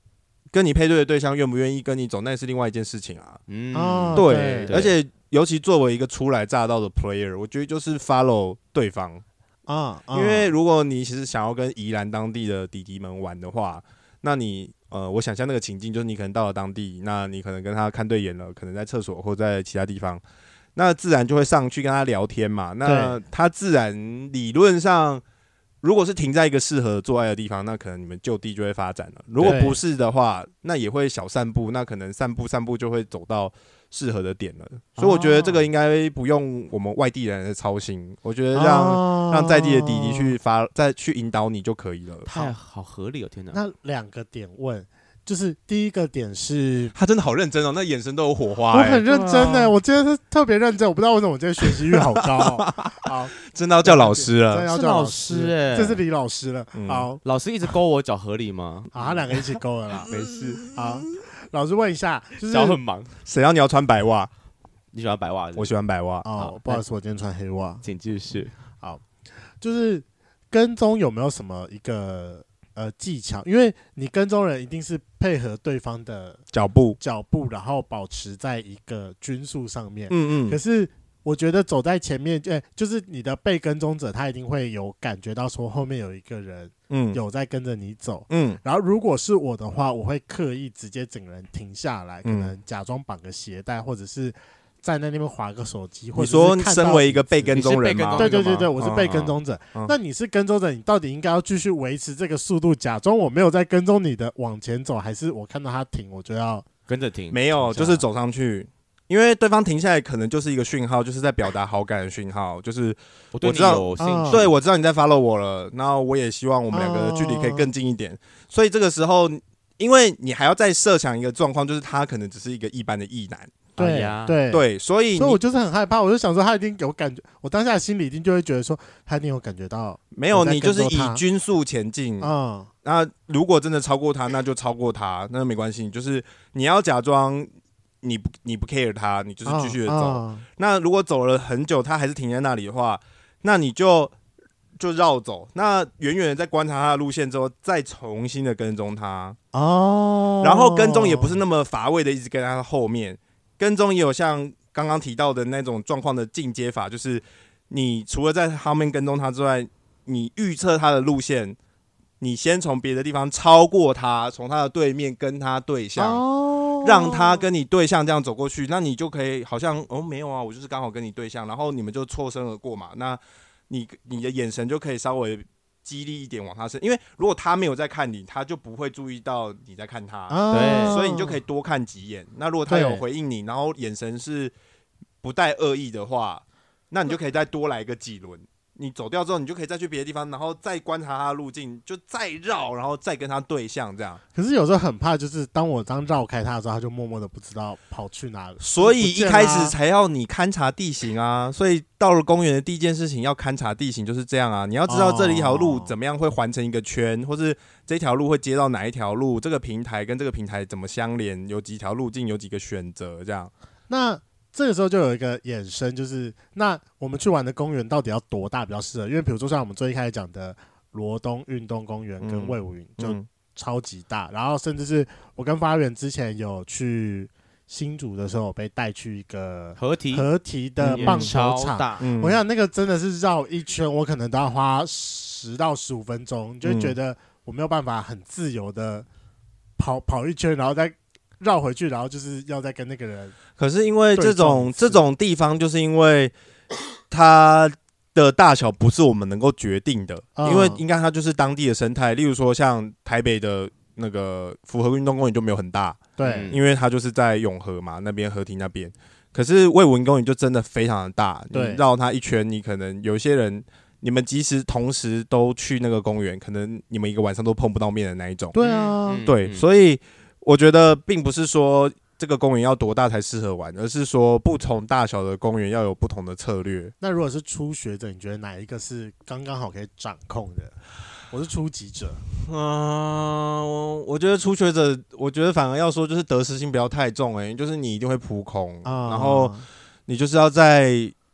C: 跟你配对的对象愿不愿意跟你走，那也是另外一件事情啊。
B: 嗯，
C: 对，
B: 对，
C: 而且尤其作为一个初来乍到的 player， 我觉得就是 follow 对方
A: 啊，
C: 因为如果你其实想要跟宜兰当地的弟弟们玩的话，那你呃，我想象那个情境就是你可能到了当地，那你可能跟他看对眼了，可能在厕所或在其他地方，那自然就会上去跟他聊天嘛。那他自然理论上。如果是停在一个适合做爱的地方，那可能你们就地就会发展了。如果不是的话，那也会小散步，那可能散步散步就会走到适合的点了。所以我觉得这个应该不用我们外地人的操心，我觉得让、哦、让在地的弟弟去发再去引导你就可以了。
B: 太好合理哦，天哪！
A: 那两个点问。就是第一个点是，
C: 他真的好认真哦，那眼神都有火花、欸。
A: 我很认真哎、欸，我今天是特别认真，我不知道为什么我今天学习欲好高、哦。好，
C: 真的要叫老师了，
A: 真的要叫老师
B: 哎、欸，
A: 这是李老师了。嗯、好，
B: 老师一直勾我脚合理吗？
A: 好，他两个一起勾了啦，
B: 没事。
A: 好，老师问一下，就是
B: 脚很忙，
C: 谁让你要穿白袜？
B: 你喜欢白袜是不是？
C: 我喜欢白袜。
A: 哦，不好意思，我今天穿黑袜。
B: 请继续。
A: 好，就是跟踪有没有什么一个？呃，技巧，因为你跟踪人一定是配合对方的
C: 脚步，
A: 脚步，然后保持在一个均速上面。
C: 嗯嗯。
A: 可是我觉得走在前面，哎、欸，就是你的被跟踪者，他一定会有感觉到说后面有一个人，嗯，有在跟着你走，嗯。然后如果是我的话，我会刻意直接整个人停下来，可能假装绑个鞋带，或者是。站在那边滑个手机，或者是
C: 你说身为一个被跟踪人吗？
A: 对对对对，我是被跟踪者。嗯嗯、那你是跟踪者，你到底应该要继续维持这个速度，假装我没有在跟踪你的往前走，还是我看到他停，我就要
B: 跟着停？
C: 没有，就是走上去，因为对方停下来可能就是一个讯号，就是在表达好感的讯号，就是
B: 我对你有兴趣，
C: 对我知道你在 follow 我了，然后我也希望我们两个的距离可以更近一点，所以这个时候，因为你还要再设想一个状况，就是他可能只是一个一般的异男。
A: 对
B: 呀，
A: 对
C: 对，所以
A: 所以我就是很害怕，我就想说他一定有感觉，我当下心里一定就会觉得说他一定有感觉到，
C: 没有，你就是以均速前进，嗯，那如果真的超过他，那就超过他，那没关系，就是你要假装你不你不 care 他，你就是继续的走。嗯嗯、那如果走了很久，他还是停在那里的话，那你就就绕走，那远远的在观察他的路线之后，再重新的跟踪他哦，然后跟踪也不是那么乏味的一直跟他后面。跟踪也有像刚刚提到的那种状况的进阶法，就是你除了在后面跟踪他之外，你预测他的路线，你先从别的地方超过他，从他的对面跟他对向，哦、让他跟你对向这样走过去，那你就可以好像哦没有啊，我就是刚好跟你对向，然后你们就错身而过嘛，那你你的眼神就可以稍微激励一点往他身，因为如果他没有在看你，他就不会注意到你在看他，
B: 对，
C: 所以你就可以多看几眼。那如果他有回应你，然后眼神是不带恶意的话，那你就可以再多来个几轮。你走掉之后，你就可以再去别的地方，然后再观察他的路径，就再绕，然后再跟他对向这样。
A: 可是有时候很怕，就是当我当绕开他的时候，他就默默的不知道跑去哪里。
C: 所以一开始才要你勘察地形啊。所以到了公园的第一件事情要勘察地形，就是这样啊。你要知道这里一条路怎么样会环成一个圈，或是这条路会接到哪一条路，这个平台跟这个平台怎么相连，有几条路径，有几个选择这样。
A: 那这个时候就有一个衍生，就是那我们去玩的公园到底要多大比较适合？因为比如说像我们最一开始讲的罗东运动公园跟卫武营就超级大，嗯、然后甚至是我跟发源之前有去新竹的时候，被带去一个
B: 合体
A: 合体的棒球场，
B: 嗯、
A: 我想那个真的是绕一圈，我可能都要花十到十五分钟，你就会觉得我没有办法很自由的跑跑一圈，然后再绕回去，然后就是要再跟那个人。
C: 可是因为这种这种地方，就是因为它的大小不是我们能够决定的，嗯、因为应该它就是当地的生态。例如说，像台北的那个福和运动公园就没有很大，
A: 对，
C: 因为它就是在永和嘛，那边河堤那边。可是卫武营公园就真的非常的大，你绕它一圈，你可能有些人。你们即使同时都去那个公园，可能你们一个晚上都碰不到面的那一种。
A: 对啊，
C: 对，嗯、所以我觉得并不是说这个公园要多大才适合玩，而是说不同大小的公园要有不同的策略。
A: 那如果是初学者，你觉得哪一个是刚刚好可以掌控的？我是初级者，
C: 嗯、呃，我我觉得初学者，我觉得反而要说就是得失心不要太重、欸，哎，就是你一定会扑空，啊、然后你就是要在。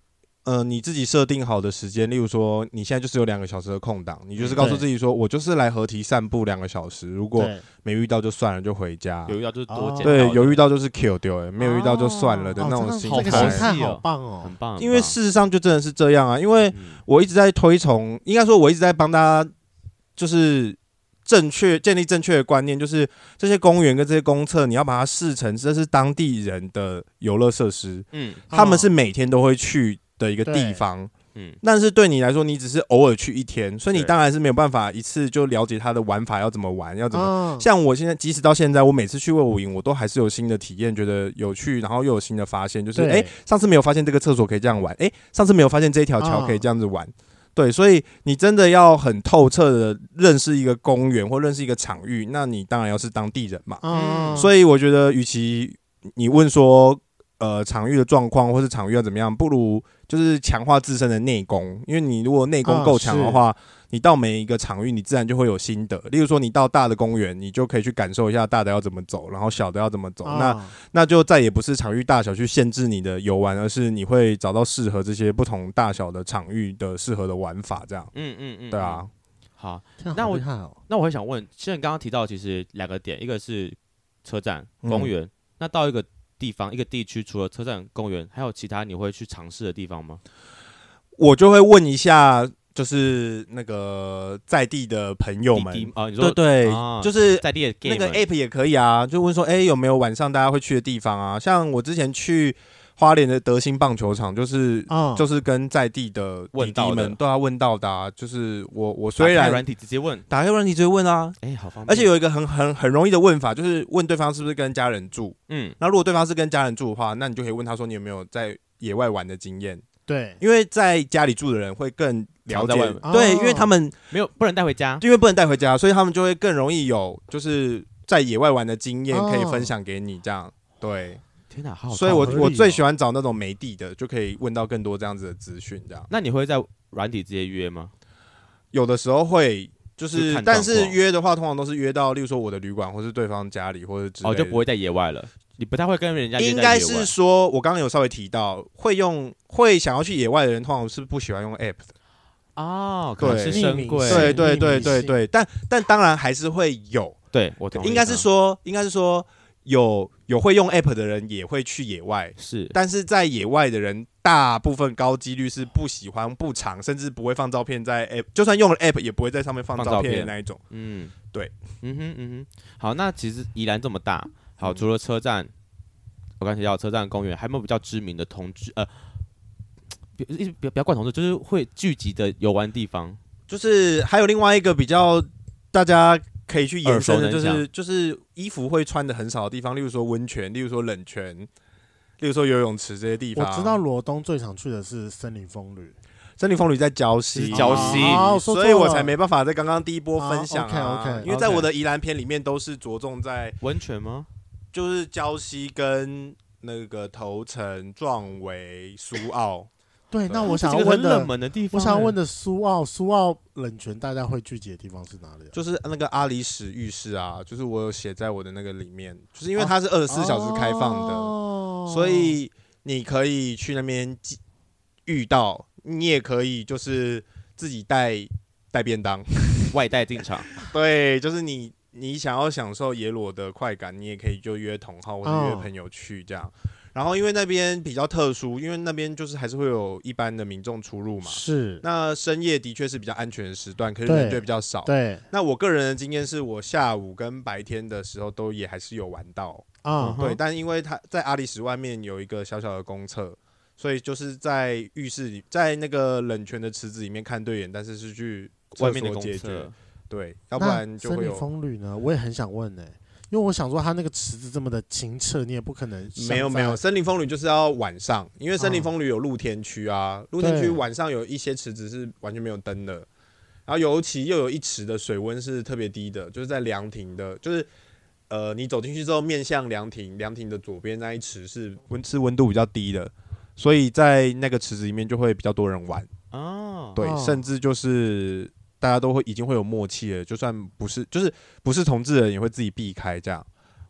C: 呃，你自己设定好的时间，例如说你现在就是有两个小时的空档，你就是告诉自己说，我就是来合体散步两个小时，如果没遇到就算了，就回家。
B: 有遇到就是多捡。
C: 对，有遇到就是 kill 丢，哎，没有遇到就算了的那种心态。
A: 这个心态好棒哦，
B: 很棒。
C: 因为事实上就真的是这样啊，因为我一直在推崇，应该说我一直在帮大家，就是正确建立正确的观念，就是这些公园跟这些公厕，你要把它视成这是当地人的游乐设施，嗯，他们是每天都会去的一个地方，嗯，但是对你来说，你只是偶尔去一天，所以你当然是没有办法一次就了解它的玩法要怎么玩，要怎么。哦、像我现在，即使到现在，我每次去魏武营，我都还是有新的体验，觉得有趣，然后又有新的发现，就是哎、欸，上次没有发现这个厕所可以这样玩，哎、欸，上次没有发现这一条桥可以这样子玩。哦，对，所以你真的要很透彻的认识一个公园或认识一个场域，那你当然要是当地人嘛。嗯，所以我觉得，与其你问说，呃，场域的状况或是场域要怎么样，不如就是强化自身的内功。因为你如果内功够强的话，你到每一个场域，你自然就会有心得。例如说，你到大的公园，你就可以去感受一下大的要怎么走，然后小的要怎么走。哦、那那就再也不是场域大小去限制你的游玩，而是你会找到适合这些不同大小的场域的适合的玩法。这样，嗯嗯嗯，对啊。
B: 好，那我、哦、那我会想问，像你刚刚提到，其实两个点，一个是车站、公园，嗯、那到一个地方、一个地区，除了车站、公园，还有其他你会去尝试的地方吗？
C: 我就会问一下。就是那个在地的朋友们，
B: 弟弟哦、你说
C: 对对，
B: 啊、
C: 就是
B: 在地的 gay
C: 那个 app 也可以啊，就问说，哎、欸，有没有晚上大家会去的地方啊？像我之前去花莲的德兴棒球场，就是、哦、就是跟在地的弟弟们都要问到的、啊，就是我我虽然
B: 打开软体直接问，
C: 打开软体直接问啊，
B: 哎、欸，好方便。
C: 而且有一个很很很容易的问法，就是问对方是不是跟家人住，嗯，那如果对方是跟家人住的话，那你就可以问他说，你有没有在野外玩的经验？
A: 对，
C: 因为在家里住的人会更了解，对，因为他们
B: 没有不能带回家，
C: 因为不能带回家，所以他们就会更容易有就是在野外玩的经验可以分享给你，这样对。
B: 天哪，好好，
C: 所以我我最喜欢找那种没地的，就可以问到更多这样子的资讯，这样。
B: 那你会在软体直接约吗？
C: 有的时候会，就是但是约的话，通常都是约到，例如说我的旅馆，或是对方家里，或者之类的，
B: 哦，就不会在野外了。你不太会跟人家约在野外。
C: 应该是说，我刚刚有稍微提到，会用会想要去野外的人，通常是不喜欢用 app 的。
B: 哦，可能是深柜，
C: 对对对对对，但但当然还是会有。
B: 对，我同意。
C: 应该是说，应该是说有有会用 app 的人也会去野外，
B: 是。
C: 但是在野外的人，大部分高几率是不喜欢、不常，甚至不会放照片在 app， 就算用了 app 也不会在上面放照片的那一种。嗯，对，
B: 嗯哼嗯哼。好，那其实宜兰这么大。好，除了车站，我刚才提到车站、公园，还有没有比较知名的同志？呃，别别不要管同志，就是会聚集的游玩地方。
C: 就是还有另外一个比较大家可以去延伸的，就是就是衣服会穿的很少的地方，例如说温泉，例如说冷泉，例如说游泳池这些地方。
A: 我知道罗东最常去的是森林风旅。
C: 森林风旅在礁溪，
B: 礁溪、
A: 哦，
C: 所以我才没办法在刚刚第一波分享啊。
A: 哦、okay, okay,
C: 因为在我的宜兰篇里面都是着重在
B: 温泉吗？
C: 就是礁溪跟那个头城、壮围、苏澳。
A: 对，那我想要问的，
B: 很冷门的地方，
A: 我想要问的苏澳，苏澳冷泉大家会聚集的地方是哪里、啊？
C: 就是那个阿里史浴室啊，就是我有写在我的那个里面，就是因为它是二十四小时开放的、哦，所以你可以去那边遇到。你也可以就是自己带带便当，
B: 外带进场。
C: 对，就是你你想要享受野裸的快感，你也可以就约同好或者约朋友去这样。哦、然后因为那边比较特殊，因为那边就是还是会有一般的民众出入嘛。
A: 是。
C: 那深夜的确是比较安全的时段，可是人就比较少。
A: 对。
C: 那我个人的经验是我下午跟白天的时候都也还是有玩到。啊、嗯。对，但因为它在阿里石外面有一个小小的公厕。所以就是在浴室里，在那个冷泉的池子里面看对眼，但是是去
B: 外面的
C: 解决，对，要不然就会有。
A: 森林风旅呢？我也很想问呢、欸，因为我想说，它那个池子这么的清澈，你也不可能。
C: 没有没有，森林风旅就是要晚上，因为森林风旅有露天区啊，露天区晚上有一些池子是完全没有灯的，然后尤其又有一池的水温是特别低的，就是在凉亭的，就是呃，你走进去之后面向凉亭，凉亭的左边那一池是温是温度比较低的。所以在那个池子里面就会比较多人玩哦，对，哦、甚至就是大家都会已经会有默契了，就算不是就是不是同志的人也会自己避开这样。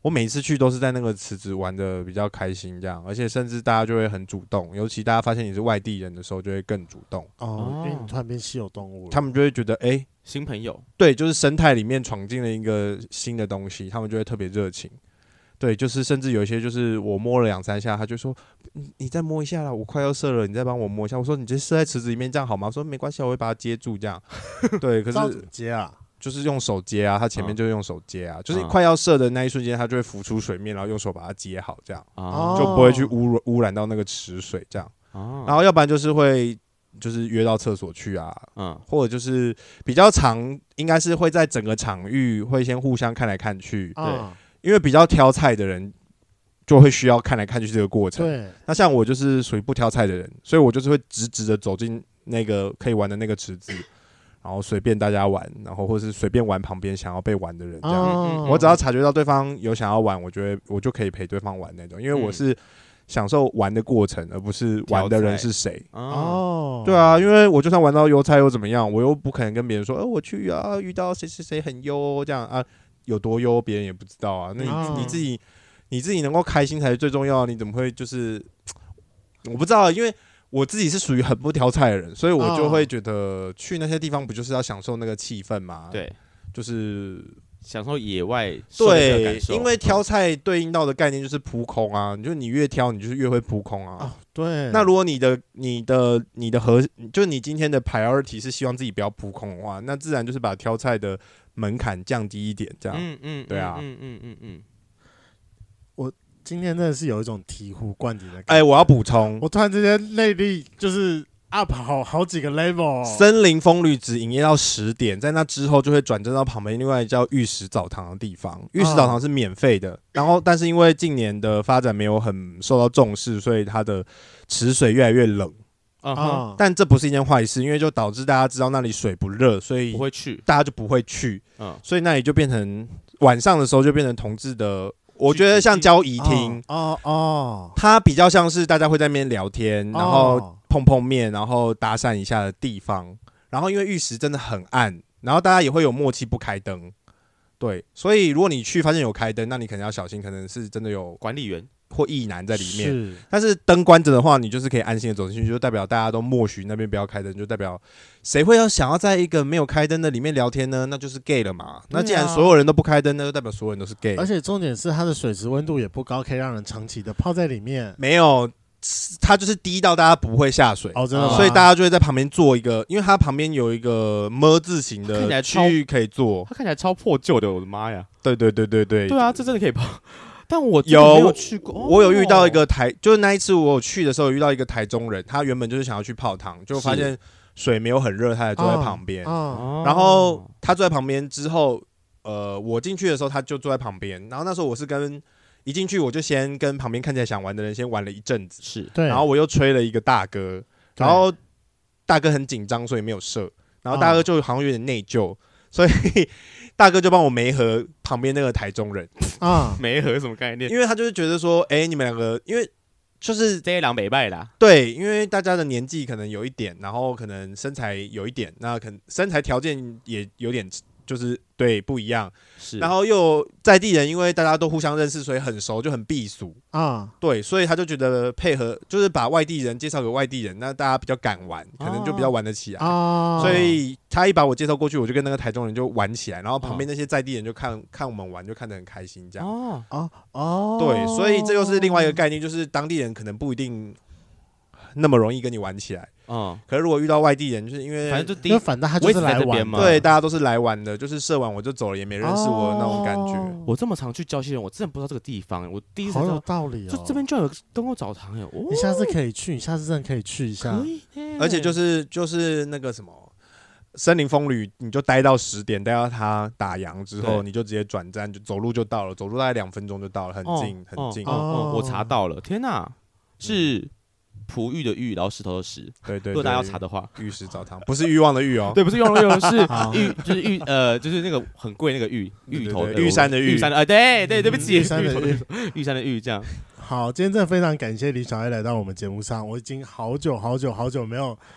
C: 我每次去都是在那个池子玩的比较开心，这样，而且甚至大家就会很主动，尤其大家发现你是外地人的时候，就会更主动。
A: 哦，因为你突然变稀有动物了，
C: 他们就会觉得，哎、欸，
B: 新朋友，
C: 对，就是生态里面闯进了一个新的东西，他们就会特别热情。对，就是甚至有一些就是我摸了两三下，他就说你你再摸一下啦，我快要射了，你再帮我摸一下。我说你直接射在池子里面这样好吗？我说没关系，我会把它接住这样。对，可是
A: 接啊，
C: 就是用手接啊，他前面就用手接啊，嗯、就是快要射的那一瞬间，他就会浮出水面，然后用手把它接好，这样、哦、就不会去污污染到那个池水这样。哦、然后要不然就是会就是约到厕所去啊，嗯，或者就是比较长，应该是会在整个场域会先互相看来看去，对。哦，因为比较挑菜的人就会需要看来看去这个过程。对，那像我就是属于不挑菜的人，所以我就是会直直的走进那个可以玩的那个池子，然后随便大家玩，然后或是随便玩旁边想要被玩的人这样。哦、我只要察觉到对方有想要玩，我觉得我就可以陪对方玩那种，因为我是享受玩的过程，而不是玩的人是谁。哦，对啊，因为我就算玩到优菜又怎么样，我又不可能跟别人说，呃，我去啊，遇到谁谁谁很优这样啊。有多优，别人也不知道啊。那你、哦、你自己你自己能够开心才是最重要的。你怎么会就是我不知道，因为我自己是属于很不挑菜的人，所以我就会觉得去那些地方不就是要享受那个气氛嘛？对，就是
B: 享受野外
C: 对感受。因为挑菜对应到的概念就是扑空啊，就你越挑，你就是越会扑空啊。哦、对。那如果你的你的你的核，就是你今天的 priority 是希望自己不要扑空的话，那自然就是把挑菜的门槛降低一点，这样，嗯嗯，对啊，嗯嗯嗯嗯。
A: 我今天真的是有一种醍醐灌顶的感觉。
C: 哎、欸，我要补充，
A: 我突然之间内力就是 up 好好几个 level、哦。
C: 森林风旅只营业到十点，在那之后就会转正到旁边另外叫玉石澡堂的地方。玉石澡堂是免费的，哦、然后但是因为近年的发展没有很受到重视，所以它的池水越来越冷。Uh-huh. 但这不是一件坏事，因为就导致大家知道那里水不热，所以
B: 不会去，
C: 大家就不会去，嗯、所以那里就变成晚上的时候就变成同志的，我觉得像交谊厅哦哦，它比较像是大家会在那边聊天，然后碰碰面，然后搭讪一下的地方。然后因为玉石真的很暗，然后大家也会有默契不开灯，对，所以如果你去发现有开灯，那你可能要小心，可能是真的有
B: 管理员。
C: 或异男在里面，是但是灯关着的话，你就是可以安心的走进去，就代表大家都默许那边不要开灯，就代表谁会要想要在一个没有开灯的里面聊天呢？那就是 gay 了嘛。啊、那既然所有人都不开灯，那就代表所有人都是 gay。
A: 而且重点是它的水质温度也不高，可以让人长期的泡在里面。
C: 没有，它就是低到大家不会下水
A: 哦，真的吗？
C: 所以大家就会在旁边做一个，因为它旁边有一个么字形的区域可以做。
B: 它看起来超破旧的，我的妈呀！
C: 对对对对对，
B: 对啊，这真的可以泡。但我
C: 有
B: 没有去过，
C: 我有遇到一个台，就是那一次我有去的时候，遇到一个台中人，他原本就是想要去泡汤，就发现水没有很热，他才坐在旁边。哦、然后他坐在旁边之后，呃，我进去的时候他就坐在旁边。然后那时候我是跟一进去我就先跟旁边看起来想玩的人先玩了一阵子，是对。然后我又吹了一个大哥，然后大哥很紧张，所以没有射。然后大哥就好像有点内疚，所以。大哥就帮我媒合旁边那个台中人
B: 啊，媒合什么概念？
C: 因为他就是觉得说，哎、欸，你们两个，因为就是
B: 这一两北拜啦，
C: 对，因为大家的年纪可能有一点，然后可能身材有一点，那可能身材条件也有点，就是对不一样，是，然后又在地人，因为大家都互相认识，所以很熟，就很避俗啊，对，所以他就觉得配合，就是把外地人介绍给外地人，那大家比较敢玩，可能就比较玩得起来，啊、所以他一把我介绍过去，我就跟那个台中人就玩起来，然后旁边那些在地人就看看我们玩，就看得很开心，这样，哦哦哦，对，所以这又是另外一个概念，就是当地人可能不一定那么容易跟你玩起来。嗯，可是如果遇到外地人，就是因为
A: 反正就第一，反正他就是来玩嘛，
C: 对，大家都是来玩的，就是射完我就走了，也没认识我的那种感觉。哦、
B: 我这么常去礁溪人，我真的不知道这个地方，我第一次知道，
A: 好有道理哦，
B: 就这边就有灯光澡堂哎、哦，
A: 你下次可以去，你下次真的可以去一下，
C: 而且就是就是那个什么森林风旅，你就待到十点，待到它打烊之后，你就直接转站，就走路就到了，走路大概两分钟就到了，很近、哦、很近。哦，
B: 哦我查到了，天哪，是。嗯璞玉的玉，然后石头的石。
C: 对 对, 对，
B: 如果大家要查的话，
C: 玉石澡堂不是欲望的欲哦，
B: 对，不是欲望的欲，是玉，就是玉，呃，就是那个很贵那个玉，芋头的
C: 玉山的玉，
B: 玉山的，哎、呃，对对，对不起，
A: 玉山的玉，
B: 玉山的玉，这样。
A: 好，今天真的非常感谢李小爱来到我们节目上，我已经好久好久好久没有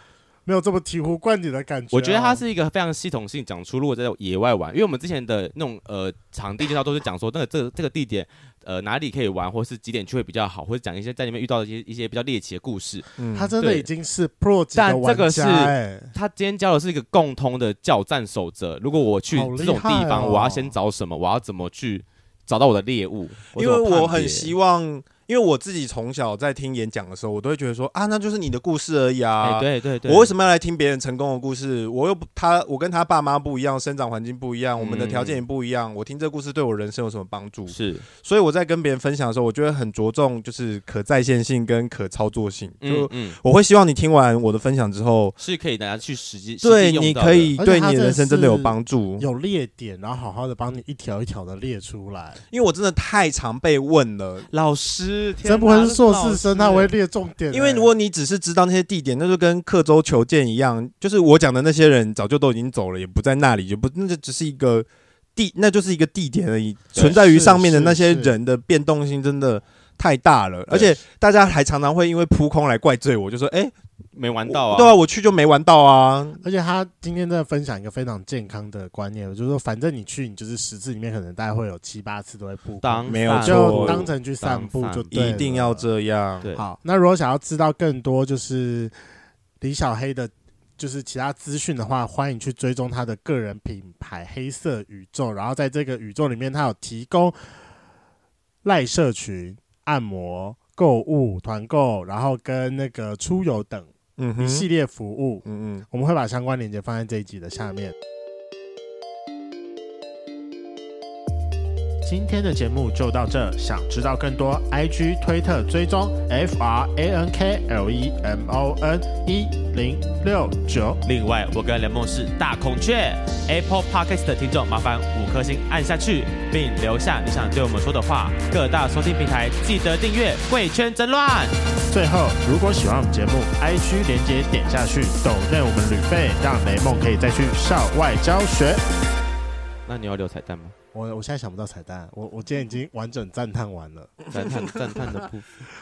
A: 没有这么醍醐灌顶的感觉、啊。
B: 我觉得它是一个非常系统性讲出，如果在野外玩，因为我们之前的那种呃场地介绍都是讲说那个这个这个地点呃哪里可以玩，或是几点去会比较好，或者讲一些在里面遇到的一些一些比较猎奇的故事。
A: 嗯，他真的已经是 Pro 级的玩家、欸、
B: 但这个是他今天教的是一个共通的教战守则。如果我去这种地方，哦、我要先找什么？我要怎么去找到我的猎物？
C: 因为我很希望。因为我自己从小在听演讲的时候，我都会觉得说啊，那就是你的故事而已啊。
B: 欸、对对对，
C: 我为什么要来听别人成功的故事？我又不他，我跟他爸妈不一样，生长环境不一样，我们的条件也不一样。嗯、我听这个故事对我人生有什么帮助？
B: 是，所
C: 以我在跟别人分享的时候，我觉得很着重就是可再现性跟可操作性。就我会希望你听完我的分享之后，
B: 是可以大家去实际
C: 对，你可以对你的人生真的有帮助，
A: 有列点，然后好好的帮你一条一条的列出来。
C: 因为我真的太常被问了，
B: 老师，
A: 真不会是硕士生，他会列重点、欸。
C: 因为如果你只是知道那些地点，那就跟刻舟求剑一样，就是我讲的那些人早就都已经走了，也不在那里，就不那就只是一个地，那就是一个地点而已。存在于上面的那些人的变动性真的太大了，而且大家还常常会因为扑空来怪罪我，就说：“哎、欸，
B: 没玩到啊。”
C: 对啊，我去就没玩到啊。
A: 而且他今天在分享一个非常健康的观念，就是说，反正你去，你就是十次里面可能大概会有七八次都会扑空，
C: 没有错，
A: 就当成去散步就对了，
C: 一定要这样。
A: 好，那如果想要知道更多就是李小黑的，就是其他资讯的话，欢迎去追踪他的个人品牌黑色宇宙，然后在这个宇宙里面，他有提供赖社群、按摩、购物、团购，然后跟那个出游等一系列服务。嗯嗯，我们会把相关链接放在这一集的下面。今天的节目就到这，想知道更多 I G 推特追踪 F R A N K L E M O N 一零六九。
B: 另外我跟雷梦是大孔雀 Apple Podcast 的听众，麻烦五颗星按下去，并留下你想对我们说的话。各大收听平台记得订阅贵圈争乱。
A: 最后，如果喜欢我们节目 I G 连结点下去，抖内我们旅费，让雷梦可以再去校外教学。
B: 那你要留彩蛋吗？
A: 我我现在想不到彩蛋，我我今天已经完整赞叹完了。
B: 赞叹赞叹的部分，